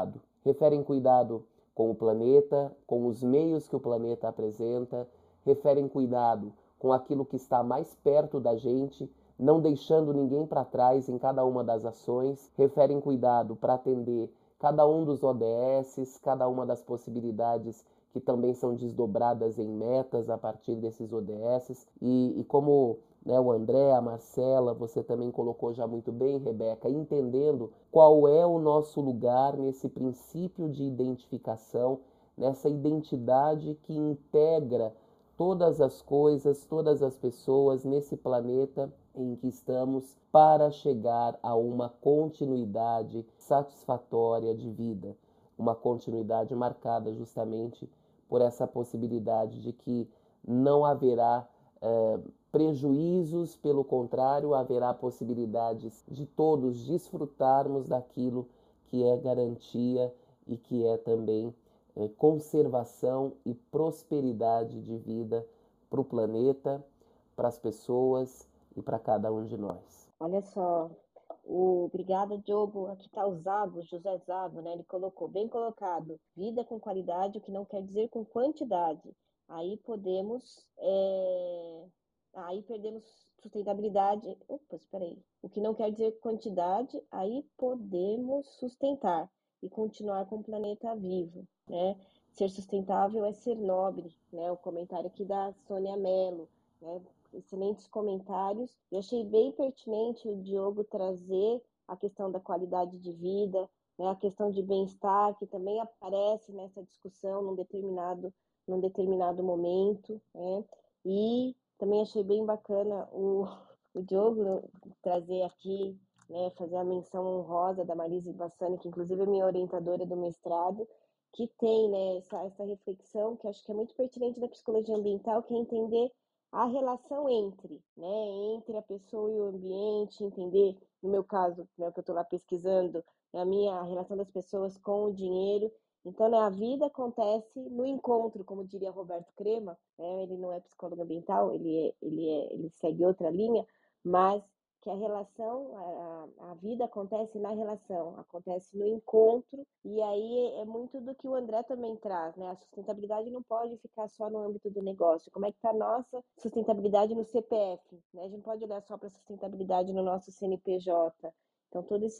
cuidado com o planeta, com os meios que o planeta apresenta, referem cuidado com aquilo que está mais perto da gente, não deixando ninguém para trás em cada uma das ações, referem cuidado para atender cada um dos ODSs, cada uma das possibilidades que também são desdobradas em metas a partir desses ODSs, e como o André, a Marcela, você também colocou já muito bem, Rebeca, entendendo qual é o nosso lugar nesse princípio de identificação, nessa identidade que integra todas as coisas, todas as pessoas nesse planeta em que estamos para chegar a uma continuidade satisfatória de vida, uma continuidade marcada justamente por essa possibilidade de que não haverá prejuízos, pelo contrário, haverá possibilidades de todos desfrutarmos daquilo que é garantia e que é também conservação e prosperidade de vida para o planeta, para as pessoas e para cada um de nós. Olha só, obrigada, Diogo. Aqui está o Zago, José Zago, né? Ele colocou, bem colocado, vida com qualidade, o que não quer dizer com quantidade. Aí perdemos sustentabilidade. Opa, espera aí. O que não quer dizer quantidade, aí podemos sustentar e continuar com o planeta vivo, né? Ser sustentável é ser nobre, né? O comentário aqui da Sônia Mello, né? Excelentes comentários. Eu achei bem pertinente o Diogo trazer a questão da qualidade de vida, né? A questão de bem-estar, que também aparece nessa discussão num determinado momento, né? E também achei bem bacana o Diogo trazer aqui, né, fazer a menção honrosa da Marise Bassani, que inclusive é minha orientadora do mestrado, que tem, né, essa reflexão que acho que é muito pertinente da psicologia ambiental, que é entender a relação entre a pessoa e o ambiente, entender, no meu caso, né, o que eu estou lá pesquisando, a relação das pessoas com o dinheiro. Então, né, a vida acontece no encontro, como diria Roberto Crema, né, ele não é psicólogo ambiental, ele segue outra linha, mas que a vida acontece na relação, acontece no encontro, e aí é muito do que o André também traz, né? A sustentabilidade não pode ficar só no âmbito do negócio. Como é que está a nossa sustentabilidade no CPF, né? A gente não pode olhar só para a sustentabilidade no nosso CNPJ. Então, todos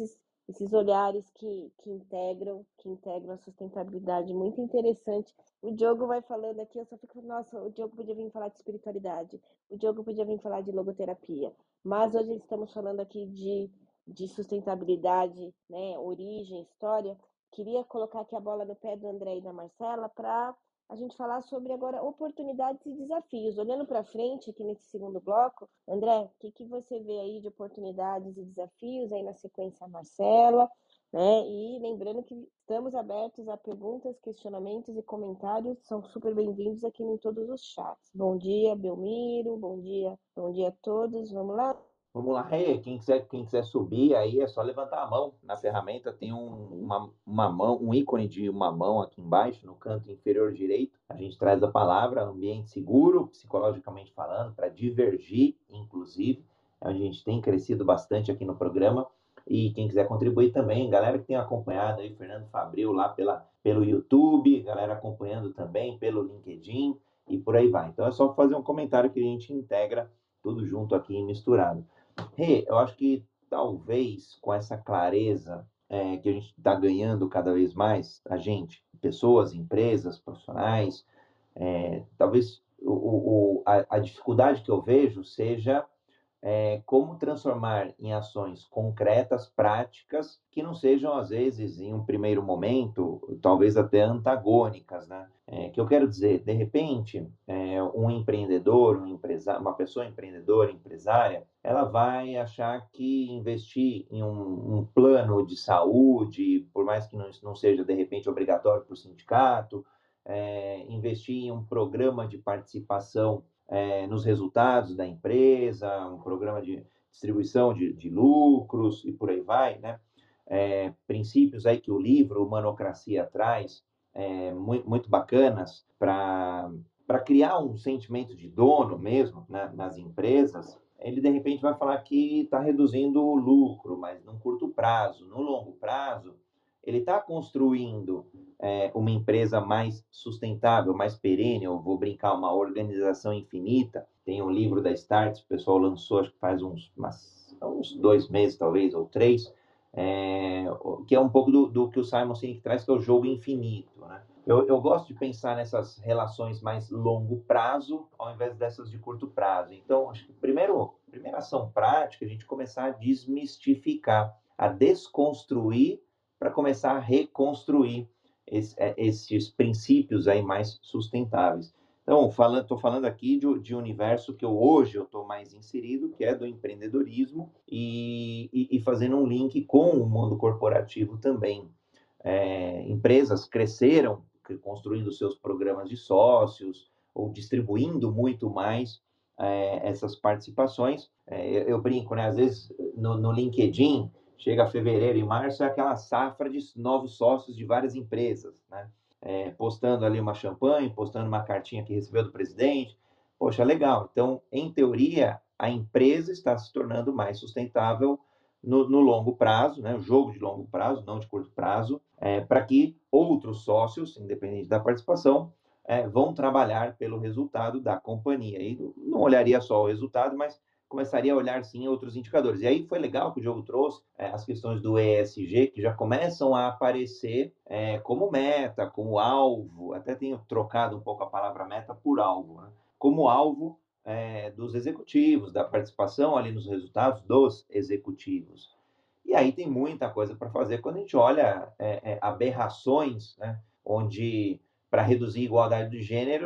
esses olhares que integram a sustentabilidade. Muito interessante. O Diogo vai falando aqui, eu só fico, nossa, o Diogo podia vir falar de espiritualidade, o Diogo podia vir falar de logoterapia, mas hoje estamos falando aqui de sustentabilidade, né, origem, história. Queria colocar aqui a bola no pé do André e da Marcela para a gente falar sobre agora oportunidades e desafios. Olhando para frente aqui nesse segundo bloco, André, o que você vê aí de oportunidades e desafios aí na sequência, Marcela, né? E lembrando que estamos abertos a perguntas, questionamentos e comentários, são super bem-vindos aqui em todos os chats. Bom dia, Belmiro, bom dia a todos. Vamos lá? Vamos lá, quem quiser subir aí é só levantar a mão. Na ferramenta tem uma mão, um ícone de uma mão aqui embaixo, no canto inferior direito. A gente traz a palavra ambiente seguro, psicologicamente falando, para divergir, inclusive. A gente tem crescido bastante aqui no programa. E quem quiser contribuir também, galera que tem acompanhado aí, Fernando Fabril lá pelo YouTube, galera acompanhando também pelo LinkedIn e por aí vai. Então é só fazer um comentário que a gente integra tudo junto aqui misturado. Eu acho que talvez com essa clareza que a gente está ganhando cada vez mais, a gente, pessoas, empresas, profissionais, talvez a dificuldade que eu vejo seja como transformar em ações concretas, práticas, que não sejam, às vezes, em um primeiro momento, talvez até antagônicas, né? Que eu quero dizer, de repente, um empreendedor, uma pessoa empreendedora, empresária, ela vai achar que investir em um plano de saúde, por mais que não seja, de repente, obrigatório para o sindicato, investir em um programa de participação nos resultados da empresa, um programa de distribuição de lucros e por aí vai, né? Princípios aí que o livro Humanocracia traz, muito bacanas para criar um sentimento de dono mesmo, né, nas empresas. Ele, de repente, vai falar que está reduzindo o lucro, mas num curto prazo. No longo prazo, ele está construindo uma empresa mais sustentável, mais perene, eu vou brincar, uma organização infinita. Tem um livro da Start, o pessoal lançou, acho que faz uns 2 meses, talvez, ou 3, que é um pouco do que o Simon Sinek traz, que é o jogo infinito, né? Eu gosto de pensar nessas relações mais longo prazo, ao invés dessas de curto prazo. Então, acho que primeira ação prática, a gente começar a desmistificar, a desconstruir, para começar a reconstruir esses princípios aí mais sustentáveis. Então, estou falando aqui de um universo que hoje eu estou mais inserido, que é do empreendedorismo, e fazendo um link com o mundo corporativo também. Empresas cresceram construindo seus programas de sócios, ou distribuindo muito mais essas participações. Eu brinco, né? Às vezes no LinkedIn, chega fevereiro e março, é aquela safra de novos sócios de várias empresas, né? Postando ali uma champanhe, postando uma cartinha que recebeu do presidente. Poxa, legal. Então, em teoria, a empresa está se tornando mais sustentável no longo prazo, né? O jogo de longo prazo, não de curto prazo, para que outros sócios, independente da participação, vão trabalhar pelo resultado da companhia. E não olharia só o resultado, mas começaria a olhar, sim, outros indicadores. E aí foi legal que o Diogo trouxe as questões do ESG, que já começam a aparecer como meta, como alvo. Até tenho trocado um pouco a palavra meta por alvo, né? Como alvo dos executivos, da participação ali nos resultados dos executivos. E aí tem muita coisa para fazer quando a gente olha aberrações, né? Onde, para reduzir a igualdade de gênero,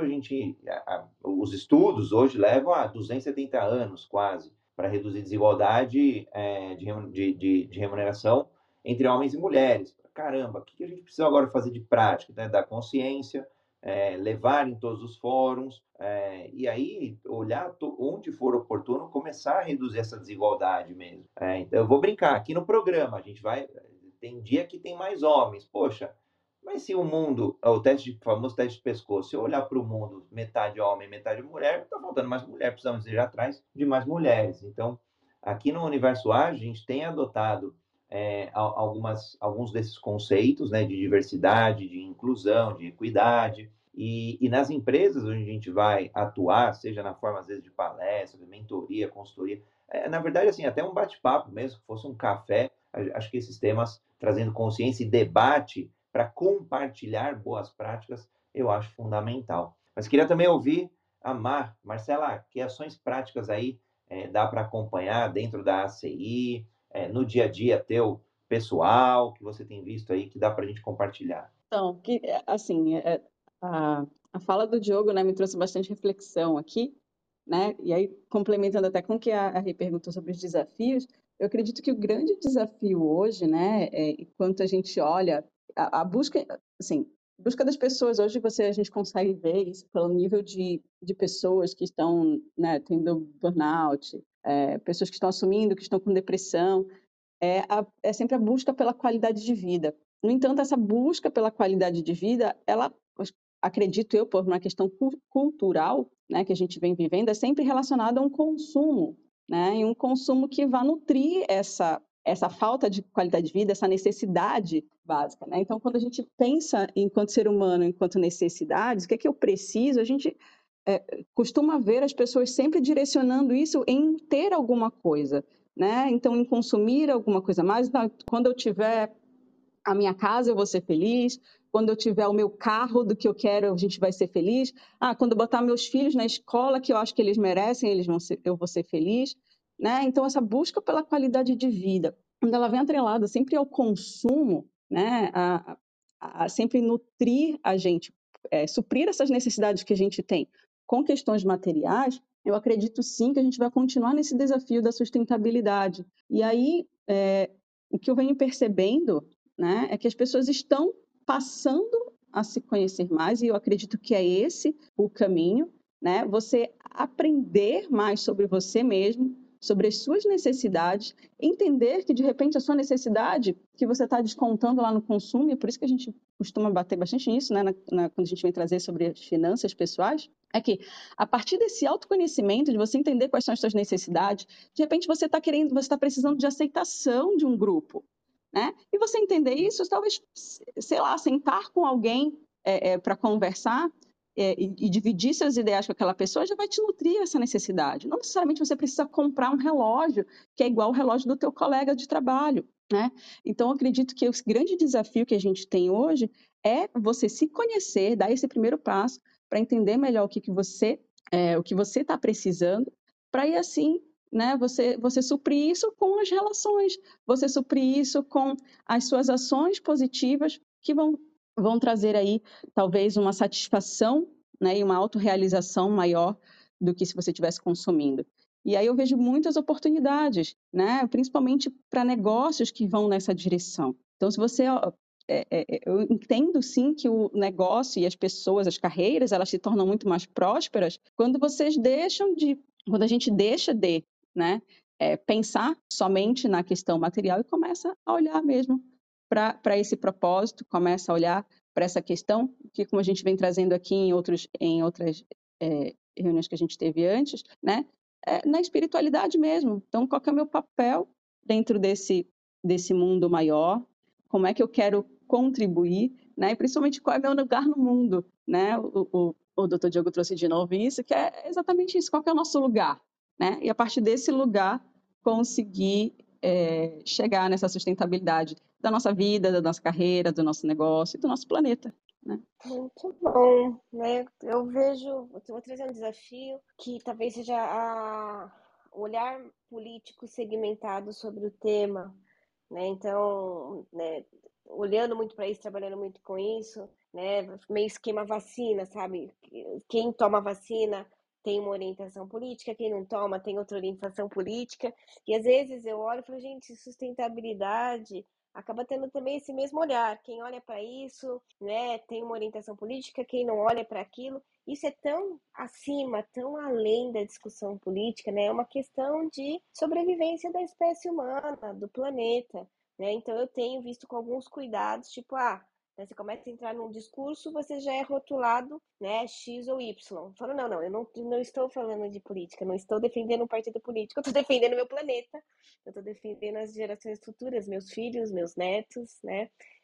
os estudos hoje levam a 270 anos quase para reduzir desigualdade de remuneração entre homens e mulheres. Caramba, o que a gente precisa agora fazer de prática, né? Da consciência, levar em todos os fóruns, e aí olhar onde for oportuno, começar a reduzir essa desigualdade mesmo. Então, eu vou brincar, aqui no programa, a gente tem dia que tem mais homens, poxa, mas se o mundo, o famoso teste de pescoço, se eu olhar para o mundo, metade homem, metade mulher, está faltando mais mulher, precisamos ir atrás de mais mulheres. Então, aqui no Universo Ágil, a gente tem adotado alguns desses conceitos, né, de diversidade, de inclusão, de equidade, e nas empresas onde a gente vai atuar, seja na forma, às vezes, de palestra, de mentoria, consultoria, na verdade, assim, até um bate-papo mesmo, que fosse um café, acho que esses temas, trazendo consciência e debate para compartilhar boas práticas, eu acho fundamental. Mas queria também ouvir a Marcela, que ações práticas aí dá para acompanhar dentro da ACI, no dia a dia teu pessoal, que você tem visto aí, que dá para a gente compartilhar? Então, assim, a fala do Diogo, né, me trouxe bastante reflexão aqui, né? E aí, complementando até com o que a Rê perguntou sobre os desafios, eu acredito que o grande desafio hoje, né, enquanto a gente olha a busca, assim, busca das pessoas, hoje a gente consegue ver isso pelo nível de pessoas que estão, né, tendo burnout, pessoas que estão assumindo, que estão com depressão, é sempre a busca pela qualidade de vida. No entanto, essa busca pela qualidade de vida, ela, acredito eu, por uma questão cultural, né, que a gente vem vivendo, é sempre relacionada a um consumo, né, e um consumo que vai nutrir essa falta de qualidade de vida, essa necessidade básica, né? Então, quando a gente pensa enquanto ser humano, enquanto necessidades, o que é que eu preciso? A gente costuma ver as pessoas sempre direcionando isso em ter alguma coisa, né? Então, em consumir alguma coisa mais. Quando eu tiver a minha casa, eu vou ser feliz. Quando eu tiver o meu carro do que eu quero, a gente vai ser feliz. Quando eu botar meus filhos na escola que eu acho que eles merecem, eu vou ser feliz, né? Então, essa busca pela qualidade de vida, quando ela vem atrelada sempre ao consumo, né? A sempre nutrir a gente, suprir essas necessidades que a gente tem com questões materiais, eu acredito sim que a gente vai continuar nesse desafio da sustentabilidade. E aí, o que eu venho percebendo, né, é que as pessoas estão passando a se conhecer mais, e eu acredito que é esse o caminho, né? Você aprender mais sobre você mesmo, sobre as suas necessidades, entender que, de repente, a sua necessidade que você está descontando lá no consumo, e por isso que a gente costuma bater bastante nisso, né, quando a gente vem trazer sobre as finanças pessoais, é que, a partir desse autoconhecimento, de você entender quais são as suas necessidades, de repente você está precisando de aceitação de um grupo, né? E você entender isso, talvez, sei lá, sentar com alguém para conversar e dividir seus ideais com aquela pessoa já vai te nutrir essa necessidade. Não necessariamente você precisa comprar um relógio que é igual ao relógio do teu colega de trabalho, né? Então, eu acredito que o grande desafio que a gente tem hoje é você se conhecer, dar esse primeiro passo para entender melhor o que você está precisando, para aí assim, né, você suprir isso com as relações, você suprir isso com as suas ações positivas que vão trazer aí talvez uma satisfação, né, e uma autorrealização maior do que se você estivesse consumindo. E aí eu vejo muitas oportunidades, né, principalmente para negócios que vão nessa direção. Então, se você eu entendo sim que o negócio e as pessoas, as carreiras, elas se tornam muito mais prósperas quando quando a gente deixa de, né, pensar somente na questão material e começa a olhar mesmo para esse propósito, começa a olhar para essa questão que, como a gente vem trazendo aqui em outras reuniões que a gente teve antes, né, na espiritualidade mesmo. Então, qual que é o meu papel dentro desse mundo maior? Como é que eu quero contribuir, né? E principalmente qual é o meu lugar no mundo, né? O Dr. Diogo trouxe de novo isso, que é exatamente isso, qual que é o nosso lugar, né? E a partir desse lugar conseguir chegar nessa sustentabilidade da nossa vida, da nossa carreira, do nosso negócio e do nosso planeta, né? Muito bom, né? Eu vou trazer um desafio que talvez seja o olhar político segmentado sobre o tema, né? Então, né, olhando muito para isso, trabalhando muito com isso, né? Meio esquema vacina, sabe? Quem toma vacina tem uma orientação política, quem não toma tem outra orientação política. E às vezes eu olho e falo, gente, sustentabilidade acaba tendo também esse mesmo olhar. Quem olha para isso, né, tem uma orientação política, quem não olha para aquilo. Isso é tão acima, tão além da discussão política, né? É uma questão de sobrevivência da espécie humana, do planeta, né? Então eu tenho visto com alguns cuidados, tipo, né, você começa a entrar num discurso, você já é rotulado, né, X ou Y. Eu falo, não, eu não estou falando de política, não estou defendendo um partido político, eu estou defendendo o meu planeta, eu estou defendendo as gerações futuras, meus filhos, meus netos, né?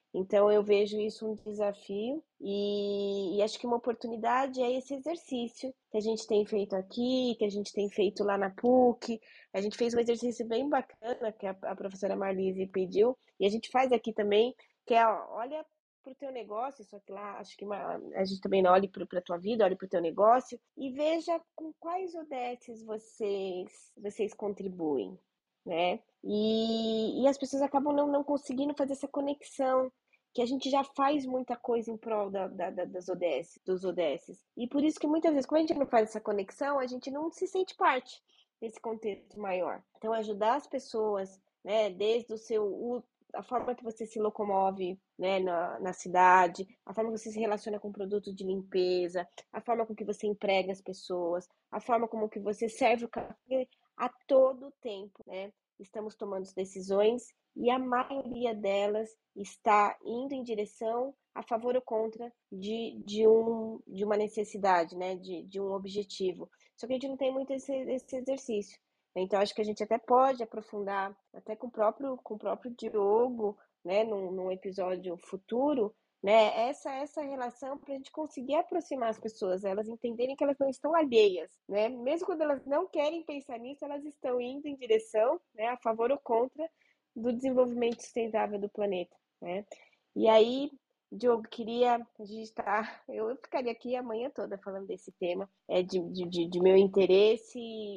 Então, eu vejo isso um desafio e acho que uma oportunidade é esse exercício que a gente tem feito aqui, que a gente tem feito lá na PUC. A gente fez um exercício bem bacana que a professora Marlise pediu, e a gente faz aqui também, que é, ó, olha para o teu negócio, só que lá acho que a gente também não olhe para a tua vida, olhe para o teu negócio e veja com quais ODSs vocês contribuem, né? E as pessoas acabam não conseguindo fazer essa conexão, que a gente já faz muita coisa em prol das ODS, dos ODSs. E por isso que muitas vezes, quando a gente não faz essa conexão, a gente não se sente parte desse contexto maior. Então, ajudar as pessoas, né, desde a forma que você se locomove, né, na cidade, a forma que você se relaciona com produtos de limpeza, a forma com que você emprega as pessoas, a forma como que você serve o café a todo tempo, né? Estamos tomando decisões e a maioria delas está indo em direção a favor ou contra de uma necessidade, né? De um objetivo. Só que a gente não tem muito esse exercício. Então, acho que a gente até pode aprofundar, até com o próprio Diogo, né, num episódio futuro, né, essa relação para a gente conseguir aproximar as pessoas, elas entenderem que elas não estão alheias, né? Mesmo quando elas não querem pensar nisso, elas estão indo em direção, né, a favor ou contra do desenvolvimento sustentável do planeta, né? E aí, Diogo, a gente eu ficaria aqui a manhã toda falando desse tema, de meu interesse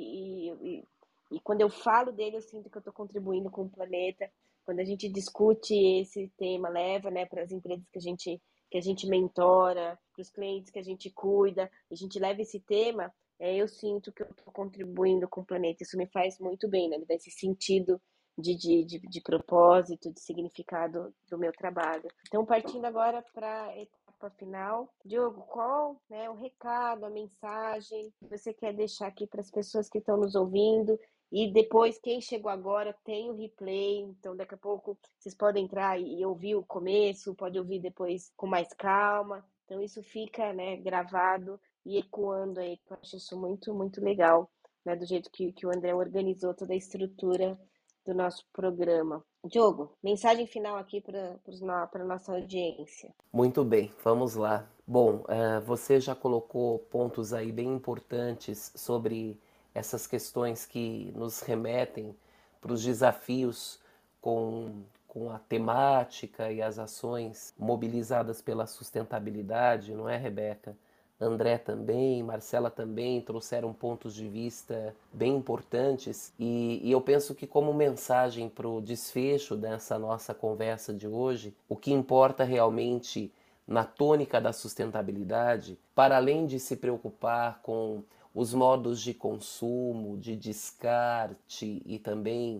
e quando eu falo dele, eu sinto que eu estou contribuindo com o planeta. Quando a gente discute esse tema, leva, né, para as empresas que a gente mentora, para os clientes que a gente cuida, a gente leva esse tema, eu sinto que eu estou contribuindo com o planeta. Isso me faz muito bem, né? Me dá esse sentido de propósito, de significado do meu trabalho. Então, partindo agora para a etapa final, Diogo, qual, né, o recado, a mensagem que você quer deixar aqui para as pessoas que estão nos ouvindo? E depois, quem chegou agora tem o replay, então daqui a pouco vocês podem entrar e ouvir o começo, pode ouvir depois com mais calma. Então isso fica, né, gravado e ecoando aí, que eu acho isso muito, muito legal, né, do jeito que o André organizou toda a estrutura do nosso programa. Diogo, mensagem final aqui para a nossa audiência. Muito bem, vamos lá. Bom, você já colocou pontos aí bem importantes sobre essas questões que nos remetem para os desafios com a temática e as ações mobilizadas pela sustentabilidade, não é, Rebeca? André também, Marcela também trouxeram pontos de vista bem importantes e eu penso que como mensagem para o desfecho dessa nossa conversa de hoje, o que importa realmente na tônica da sustentabilidade, para além de se preocupar com os modos de consumo, de descarte e também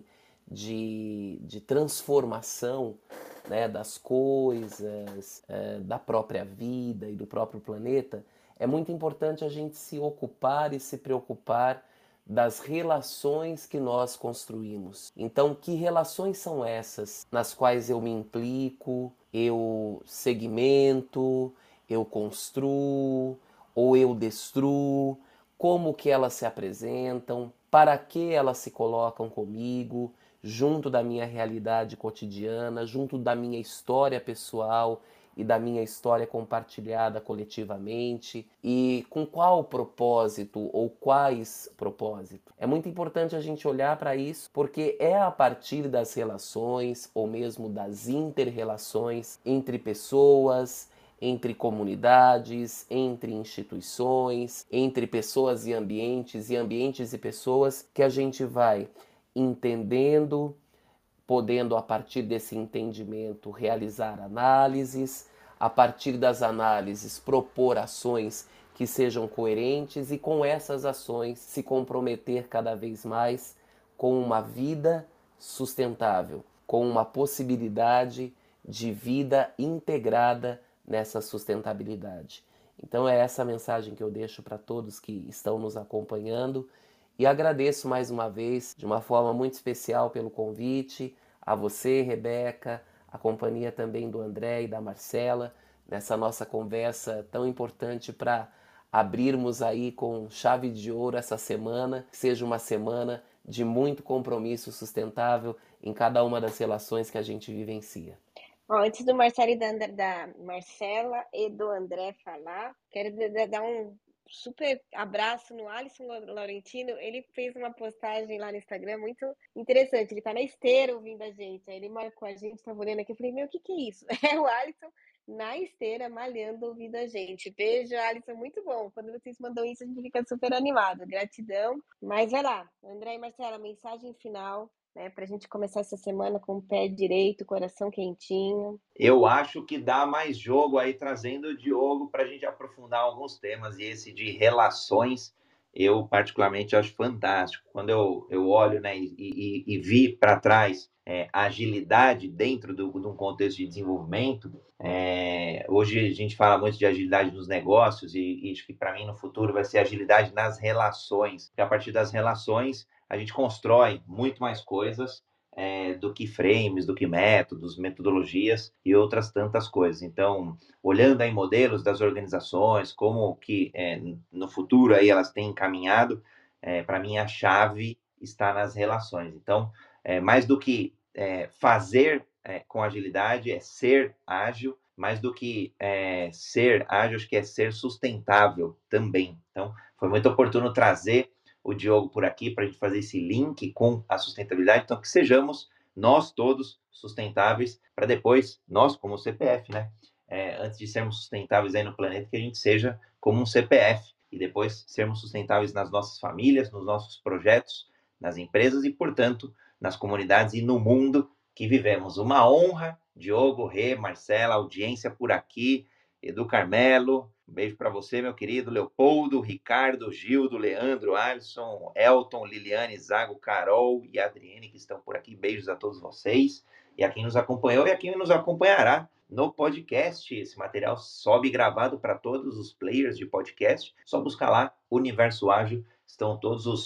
de transformação, né, das coisas, da própria vida e do próprio planeta, é muito importante a gente se ocupar e se preocupar das relações que nós construímos. Então, que relações são essas nas quais eu me implico, eu segmento, eu construo ou eu destruo? Como que elas se apresentam? Para que elas se colocam comigo, junto da minha realidade cotidiana, junto da minha história pessoal e da minha história compartilhada coletivamente, e com qual propósito ou quais propósitos. É muito importante a gente olhar para isso, porque é a partir das relações ou mesmo das interrelações entre pessoas, entre comunidades, entre instituições, entre pessoas e ambientes e pessoas, que a gente vai entendendo, podendo a partir desse entendimento realizar análises, a partir das análises propor ações que sejam coerentes e com essas ações se comprometer cada vez mais com uma vida sustentável, com uma possibilidade de vida integrada nessa sustentabilidade. Então é essa a mensagem que eu deixo para todos que estão nos acompanhando e agradeço mais uma vez, de uma forma muito especial, pelo convite, a você, Rebeca, a companhia também do André e da Marcela, nessa nossa conversa tão importante para abrirmos aí com chave de ouro essa semana, que seja uma semana de muito compromisso sustentável em cada uma das relações que a gente vivencia. Ó, antes do Marcelo e da Marcela e do André falar, quero dar um super abraço no Alisson Laurentino. Ele fez uma postagem lá no Instagram muito interessante. Ele tá na esteira ouvindo a gente. Aí ele marcou a gente, tava olhando aqui. Eu falei, meu, o que é isso? É o Alisson na esteira, malhando, ouvindo a gente. Beijo, Alisson, muito bom. Quando vocês mandam isso, a gente fica super animado. Gratidão. Mas vai lá, André e Marcela, mensagem final, né, para a gente começar essa semana com o pé direito, coração quentinho. Eu acho que dá mais jogo aí, trazendo o Diogo para a gente aprofundar alguns temas, e esse de relações, eu particularmente acho fantástico. Quando eu olho, né, e vi para trás a agilidade dentro de um contexto de desenvolvimento, hoje a gente fala muito de agilidade nos negócios, e acho que para mim no futuro vai ser agilidade nas relações, porque a partir das relações a gente constrói muito mais coisas do que frames, do que métodos, metodologias e outras tantas coisas. Então, olhando aí modelos das organizações, como que no futuro aí elas têm encaminhado, para mim a chave está nas relações. Então, mais do que fazer com agilidade, é ser ágil, mais do que ser ágil, acho que é ser sustentável também. Então, foi muito oportuno trazer o Diogo por aqui para a gente fazer esse link com a sustentabilidade, então que sejamos nós todos sustentáveis, para depois, nós como CPF, né? Antes de sermos sustentáveis aí no planeta, que a gente seja como um CPF, e depois sermos sustentáveis nas nossas famílias, nos nossos projetos, nas empresas e, portanto, nas comunidades e no mundo que vivemos. Uma honra, Diogo, Rê, Marcela, audiência por aqui, Edu Carmelo, um beijo para você, meu querido, Leopoldo, Ricardo, Gildo, Leandro, Alisson, Elton, Liliane, Zago, Carol e Adriane, que estão por aqui. Beijos a todos vocês e a quem nos acompanhou e a quem nos acompanhará no podcast. Esse material sobe gravado para todos os players de podcast. Só buscar lá Universo Ágil. Estão todos os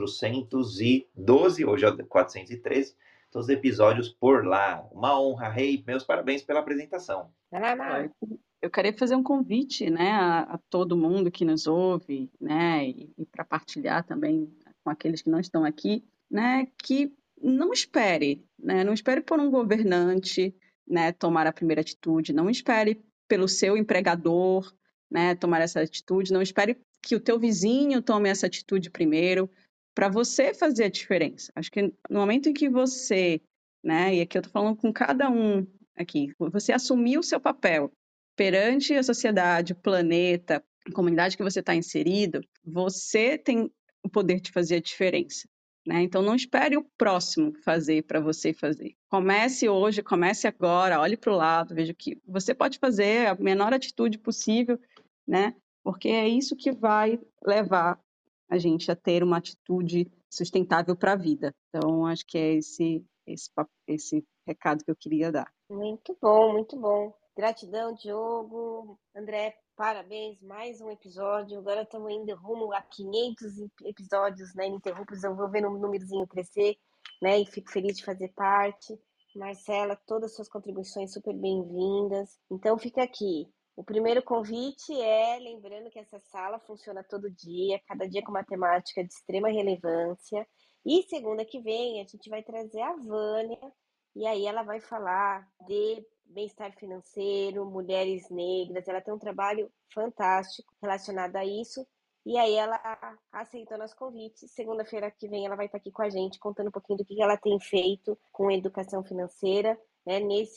412, hoje é 413, todos os episódios por lá. Uma honra, Rei. Meus parabéns pela apresentação. Vai lá, Eu queria fazer um convite, né, a todo mundo que nos ouve, né, e para partilhar também com aqueles que não estão aqui, né, que não espere, né, não espere por um governante, né, tomar a primeira atitude, não espere pelo seu empregador, né, tomar essa atitude, não espere que o teu vizinho tome essa atitude primeiro, para você fazer a diferença. Acho que no momento em que você, né, e aqui eu estou falando com cada um aqui, você assumir o seu papel perante a sociedade, o planeta, a comunidade que você está inserido, você tem o poder de fazer a diferença. Né? Então, não espere o próximo fazer para você fazer. Comece hoje, comece agora, olhe para o lado, veja o que você pode fazer, a menor atitude possível, né? Porque é isso que vai levar a gente a ter uma atitude sustentável para a vida. Então, acho que é esse recado que eu queria dar. muito bom, muito bom. Gratidão, Diogo. André, parabéns, mais um episódio. Agora estamos indo rumo a 500 episódios, né, ininterruptos. Eu vou vendo o númerozinho crescer, né, e fico feliz de fazer parte. Marcela, todas as suas contribuições super bem-vindas. Então, fica aqui. O primeiro convite é, lembrando que essa sala funciona todo dia, cada dia com uma temática de extrema relevância. E segunda que vem, a gente vai trazer a Vânia, e aí ela vai falar de bem-estar financeiro, mulheres negras. Ela tem um trabalho fantástico relacionado a isso. E aí ela aceitou nosso convite. Segunda-feira que vem ela vai estar aqui com a gente, contando um pouquinho do que ela tem feito com a educação financeira, né,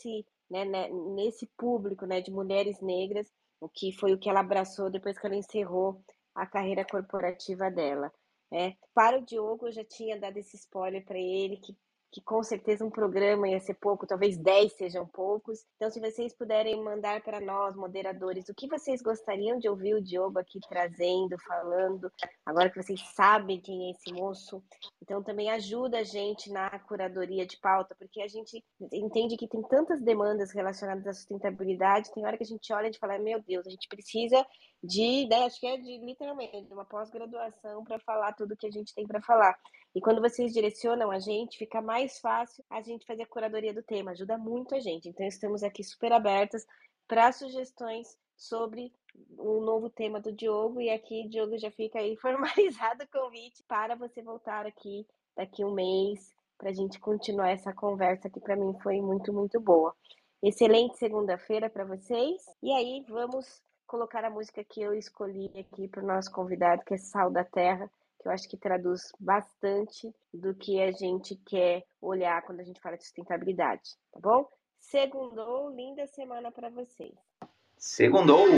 nesse público, né, de mulheres negras, o que foi o que ela abraçou depois que ela encerrou a carreira corporativa dela. Para o Diogo, eu já tinha dado esse spoiler para ele, que com certeza um programa ia ser pouco, talvez 10 sejam poucos. Então, se vocês puderem mandar para nós, moderadores, o que vocês gostariam de ouvir o Diogo aqui trazendo, falando, agora que vocês sabem quem é esse moço, então também ajuda a gente na curadoria de pauta, porque a gente entende que tem tantas demandas relacionadas à sustentabilidade, tem hora que a gente olha e fala, meu Deus, a gente precisa de, né, acho que é de literalmente uma pós-graduação para falar tudo que a gente tem para falar. E quando vocês direcionam a gente, fica mais fácil a gente fazer a curadoria do tema, ajuda muito a gente. Então, estamos aqui super abertas para sugestões sobre o novo tema do Diogo. E aqui, Diogo, já fica aí formalizado o convite para você voltar aqui daqui um mês, para a gente continuar essa conversa que para mim foi muito, muito boa. Excelente segunda-feira para vocês. E aí, vamos colocar a música que eu escolhi aqui para o nosso convidado, que é Sal da Terra, que eu acho que traduz bastante do que a gente quer olhar quando a gente fala de sustentabilidade, tá bom? Segundou, linda semana para vocês. Segundou.